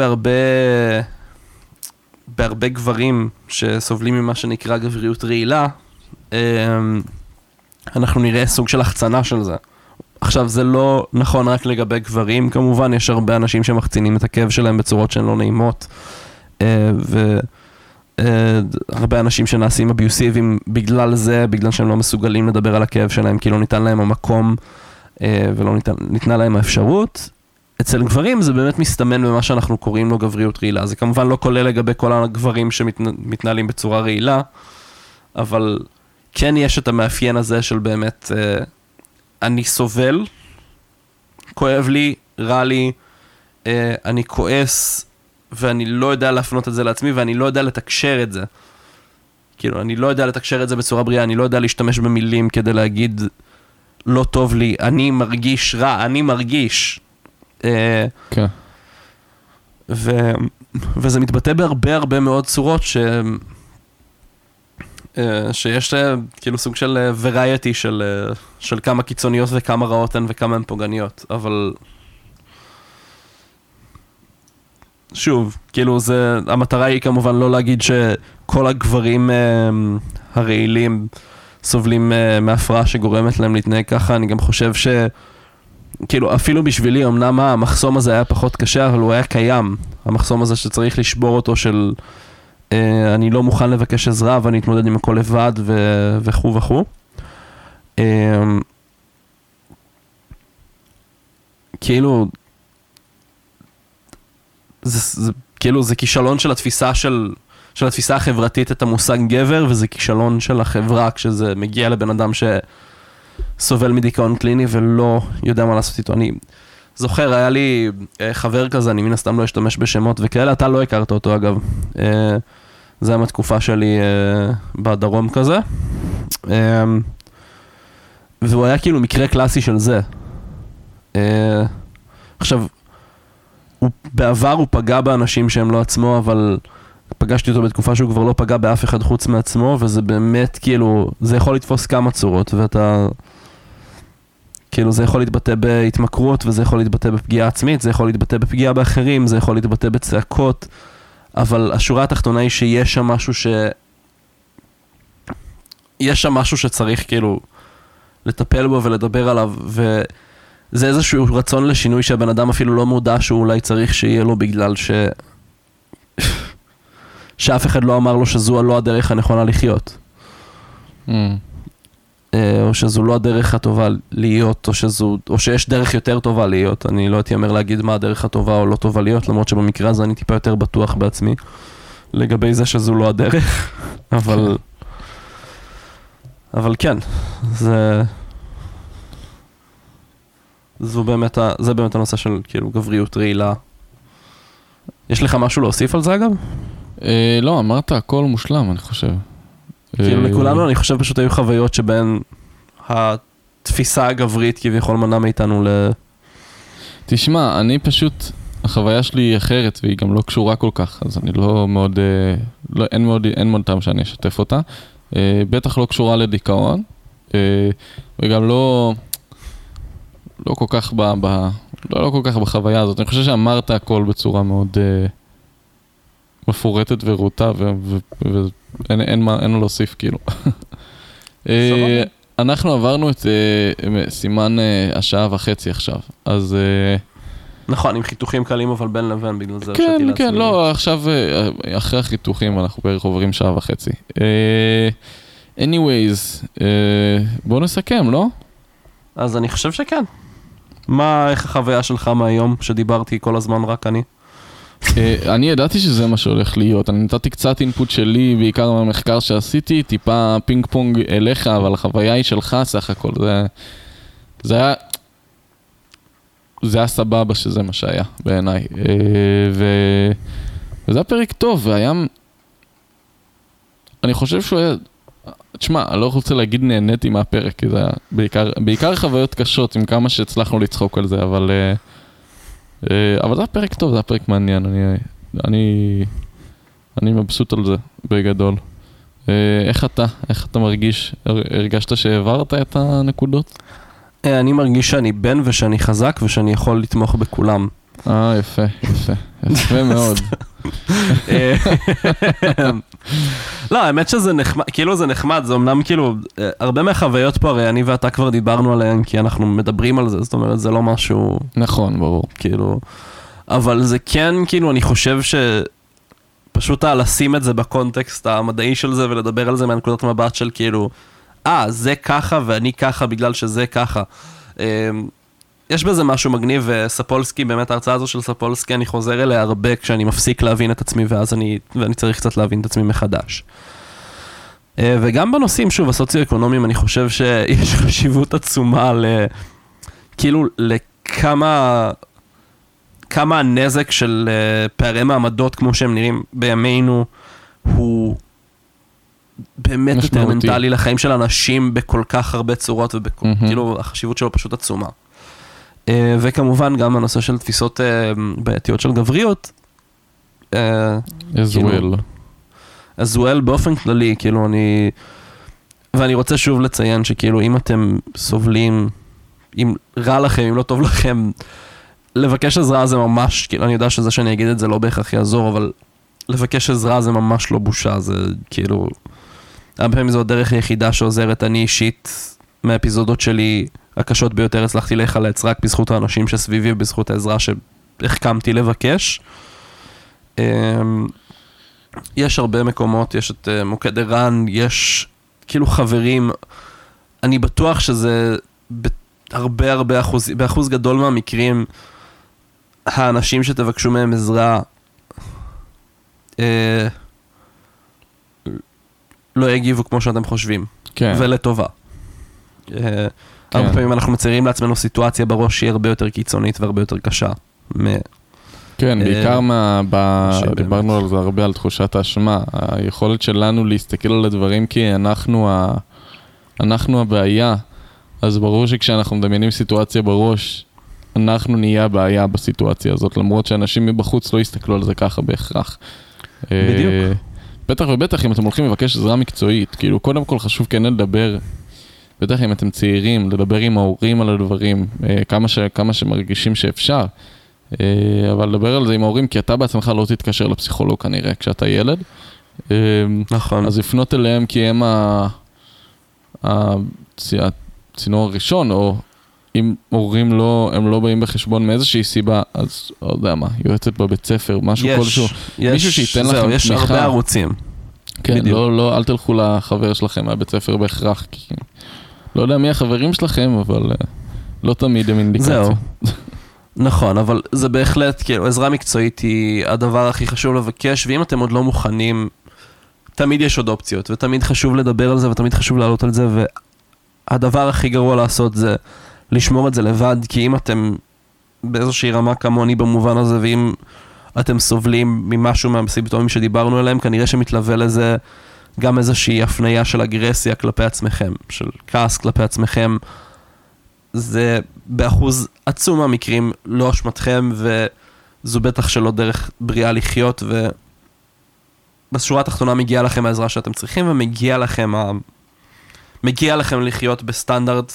בהרבה גברים שסובלים ממה שנקרא גבריות רעילה, אנחנו נראה סוג של החצנה של זה. עכשיו, זה לא נכון רק לגבי גברים, כמובן יש הרבה אנשים שמחצינים את הכאב שלהם בצורות שהן לא נעימות, והרבה אנשים שנעשים אביוסיביים בגלל זה, בגלל שהם לא מסוגלים לדבר על הכאב שלהם, כי לא ניתן להם המקום ולא ניתנה להם האפשרות. אצל גברים זה באמת מסתמן במה שאנחנו קוראים לו גבריות רעילה. זה כמובן לא כולל לגבי כל הגברים שמתנהלים בצורה רעילה, אבל כן יש את המאפיין הזה של באמת, אני סובל, כואב לי, רע לי, אני כועס, ואני לא יודע להפנות את זה לעצמי, ואני לא יודע לתקשר את זה. כאילו, אני לא יודע לתקשר את זה בצורה בריאה, אני לא יודע להשתמש במילים כדי להגיד, לא טוב לי, אני מרגיש רע, אני מרגיש. כן. וזה מתבטא בהרבה מאוד צורות שיש כאילו סוג של וריאטי של כמה קיצוניות וכמה רעות הן וכמה הן פוגעניות, אבל שוב, כאילו המטרה היא כמובן לא להגיד שכל הגברים הרעילים סובלים מהפרעה שגורמת להם להתנהג ככה. אני גם חושב כאילו אפילו בשבילי, אמנם המחסום הזה היה פחות קשה, אבל הוא היה קיים. המחסום הזה שצריך לשבור אותו של אני לא מוכן לבקש עזרה ואני אתמודד עם הכל לבד וכו' וכו'. כאילו זה כישלון של התפיסה של התפיסה החברתית את המושג גבר, וזה כישלון של החברה כשזה מגיע לבן אדם שסובל מדיכאון קליני ולא יודע מה לעשות איתו. אני זוכר, היה לי חבר כזה, אני מן הסתם לא אשתמש בשמות וכאלה, אתה לא הכרת אותו אגב. זה היה מהתקופה שלי בדרום כזה. והוא היה כאילו מקרה קלאסי של זה. עכשיו, בעבר הוא פגע באנשים שהם לא עצמו, אבל פגשתי אותו בתקופה שהוא כבר לא פגע באף אחד חוץ מעצמו, וזה באמת כאילו, זה יכול לתפוס כמה צורות, ואתה, כאילו זה יכול להתבטא בהתמכרות, וזה יכול להתבטא בפגיעה עצמית, זה יכול להתבטא בפגיעה באחרים, זה יכול להתבטא בצעקות, אבל השורה התחתונה היא שיש שם משהו יש שם משהו שצריך כאילו לטפל בו ולדבר עליו, וזה איזשהו רצון לשינוי שהבן אדם אפילו לא מודע שהוא אולי צריך שיהיה לו, בגלל שאף אחד לא אמר לו שזו לא הדרך הנכונה לחיות. או שזו לא הדרך הטובה להיות, או שיש דרך יותר טובה להיות. אני לא הייתי אומר להגיד מה הדרך הטובה או לא טובה להיות, למרות שבמקרה הזה אני טיפה יותר בטוח בעצמי לגבי זה שזו לא הדרך. אבל כן, זה באמת הנושא של כאילו גבריות רעילה. יש לך משהו להוסיף על זה אגב? לא, אמרת הכל מושלם, אני חושב. כאילו לכולנו, אני חושב פשוט היו חוויות שבין התפיסה הגברית כביכול מנע מאיתנו תשמע, אני פשוט, החוויה שלי היא אחרת, והיא גם לא קשורה כל כך, אז אני לא מאוד, אין מאוד טעם שאני אשתף אותה. בטח לא קשורה לדיכאון, וגם לא כל כך לא כל כך בחוויה הזאת. אני חושב שאמרת הכל בצורה מאוד מפורטת ורוטה, ואין מה להוסיף כאילו. אנחנו עברנו את סימן השעה וחצי עכשיו, אז נכון, עם חיתוכים קלים אבל בין לבין, בגלל זה כן, כן, לא, עכשיו אחרי החיתוכים אנחנו בערך עוברים שעה וחצי. anyways, בואו נסכם, לא? אז אני חושב שכן. איך החוויה שלך מהיום שדיברתי כל הזמן רק אני? אני ידעתי שזה מה שהולך להיות, אני נתתי קצת אינפוט שלי, בעיקר מהמחקר שעשיתי, טיפה פינג פונג אליך, אבל החוויה היא שלך סך הכל, זה היה, זה היה סבבה שזה מה שהיה בעיניי. וזה היה פרק טוב, והיה... אני חושב שהוא היה... תשמע, אני לא רוצה להגיד נהניתי מהפרק, כי זה היה בעיקר חוויות קשות, עם כמה שהצלחנו לצחוק על זה, אבל זה היה פרק טוב, זה היה פרק מעניין, אני מבסוט על זה, בגדול. איך אתה מרגיש? הרגשת שהעברת את הנקודות? אני מרגיש שאני בן ושאני חזק ושאני יכול לתמוך בכולם. יפה, יפה. יפה מאוד. לא, האמת שזה נחמד, כאילו זה נחמד, זה אמנם כאילו, הרבה מהחוויות פה, הרי אני ואתה כבר דיברנו עליהן, כי אנחנו מדברים על זה, זאת אומרת, זה לא משהו... נכון, ברור. כאילו, אבל זה כן, כאילו, אני חושב פשוט לשים את זה בקונטקסט המדעי של זה, ולדבר על זה מהנקודת מבט של כאילו, זה ככה ואני ככה בגלל שזה ככה. יש בזה משהו מגניב, וספולסקי, באמת ההרצאה הזו של ספולסקי, אני חוזר אליה הרבה כשאני מפסיק להבין את עצמי, ואני צריך קצת להבין את עצמי מחדש. וגם בנושאים, שוב, הסוציו-אקונומיים, אני חושב שיש חשיבות עצומה כאילו, לכמה הנזק של פערי מעמדות, כמו שהם נראים בימינו, הוא באמת דטרמנטלי לחיים של אנשים בכל כך הרבה צורות, וכאילו, החשיבות שלו פשוט עצומה. וכמובן גם הנושא של תפיסות בעייתיות של גבריות. as well באופן כללי, כאילו ואני רוצה שוב לציין שכאילו אם אתם סובלים, אם רע לכם, אם לא טוב לכם, לבקש עזרה זה ממש, כאילו אני יודע שזה שאני אגיד את זה לא בהכרח יעזור, אבל לבקש עזרה זה ממש לא בושה, זה כאילו, הרבה פעמים זו הדרך היחידה שעוזרת. אני אישית, מהאפיזודות שלי הקשות ביותר הצלחתי להיחלץ רק בזכות האנשים שסביבי ובזכות העזרה שהחכמתי לבקש. יש הרבה מקומות, יש את מוקד ערן, יש כאילו חברים, אני בטוח שזה באחוז גדול מהמקרים, האנשים שתבקשו מהם עזרה לא יגיבו כמו שאתם חושבים, כן. ולטובה. הרבה פעמים אנחנו מציירים לעצמנו סיטואציה בראש שהיא הרבה יותר קיצונית והרבה יותר קשה. כן, בעיקר דיברנו על זה הרבה, על תחושת האשמה. היכולת שלנו להסתכל על הדברים כי אנחנו הבעיה. אז ברור שכשאנחנו מדמיינים סיטואציה בראש, אנחנו נהיה הבעיה בסיטואציה הזאת, למרות שאנשים מבחוץ לא יסתכלו על זה ככה בהכרח. בדיוק. בטח ובטח אם אתם הולכים לבקש עזרה מקצועית, כאילו קודם כל חשוב כן לדבר, בטח אם אתם צעירים, לדבר עם ההורים על הדברים, כמה שמרגישים שאפשר, אבל לדבר על זה עם ההורים, כי אתה בעצמך לא תתקשר לפסיכולוג כנראה כשאתה ילד. נכון. אז לפנות אליהם כי הם הצינור הראשון, או אם הורים הם לא באים בחשבון מאיזושהי סיבה, אז לא יודע מה, יועצת בבית ספר, משהו כלשהו, מישהו שייתן לכם תמיכה. יש הרבה ערוצים. כן, לא, אל תלכו לחבר שלכם מהבית ספר בהכרח, כי לא יודע מי החברים שלכם, אבל לא תמיד הם אינדיקציה. זהו. נכון, אבל זה בהחלט, כאילו, עזרה מקצועית היא הדבר הכי חשוב לבקש, ואם אתם עוד לא מוכנים, תמיד יש עוד אופציות, ותמיד חשוב לדבר על זה, ותמיד חשוב לעלות על זה, והדבר הכי גרוע לעשות זה לשמור את זה לבד, כי אם אתם באיזושהי רמה כמוני במובן הזה, ואם אתם סובלים ממשהו מהסימפטומים שדיברנו עליהם, כנראה שמתלווה לזה גם איזושהי הפניה של אגרסיה כלפי עצמכם, של כעס כלפי עצמכם. זה באחוז עצום מהמקרים לא אשמתכם, וזו בטח שלא דרך בריאה לחיות, ובשורה התחתונה מגיע לכם העזרה שאתם צריכים, מגיע לכם לחיות בסטנדרט,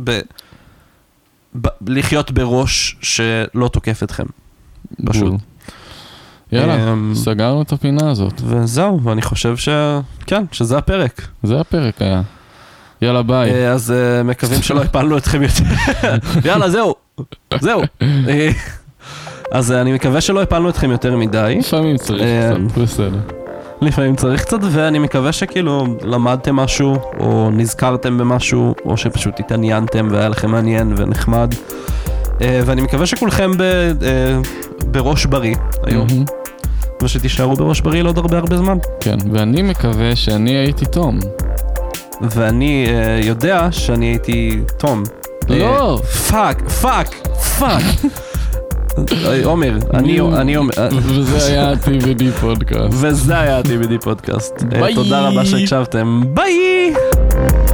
לחיות בראש שלא תוקף אתכם. פשוט. יאללה, סגרנו את הפינה הזאת. וזהו, ואני חושב כן, שזה הפרק. זה הפרק היה. יאללה, ביי. אז מקווים שלא הפלנו אתכם יותר. יאללה, זהו. אז אני מקווה שלא הפלנו אתכם יותר מדי. לפעמים צריך קצת, בסדר. לפעמים צריך קצת, ואני מקווה שכאילו למדתם משהו, או נזכרתם במשהו, או שפשוט התעניינתם והיה לכם מעניין ונחמד. ואני מקווה שכולכם בראש בריא היום, ושתישארו בראש בריא לעוד הרבה זמן. כן, ואני מקווה שאני הייתי תום. ואני יודע שאני הייתי תום. לא! פאק! פאק. עומר, אני אומר. וזה היה TBD פודקאסט. וזה היה TBD פודקאסט. ביי. תודה רבה שהקשבתם. ביי!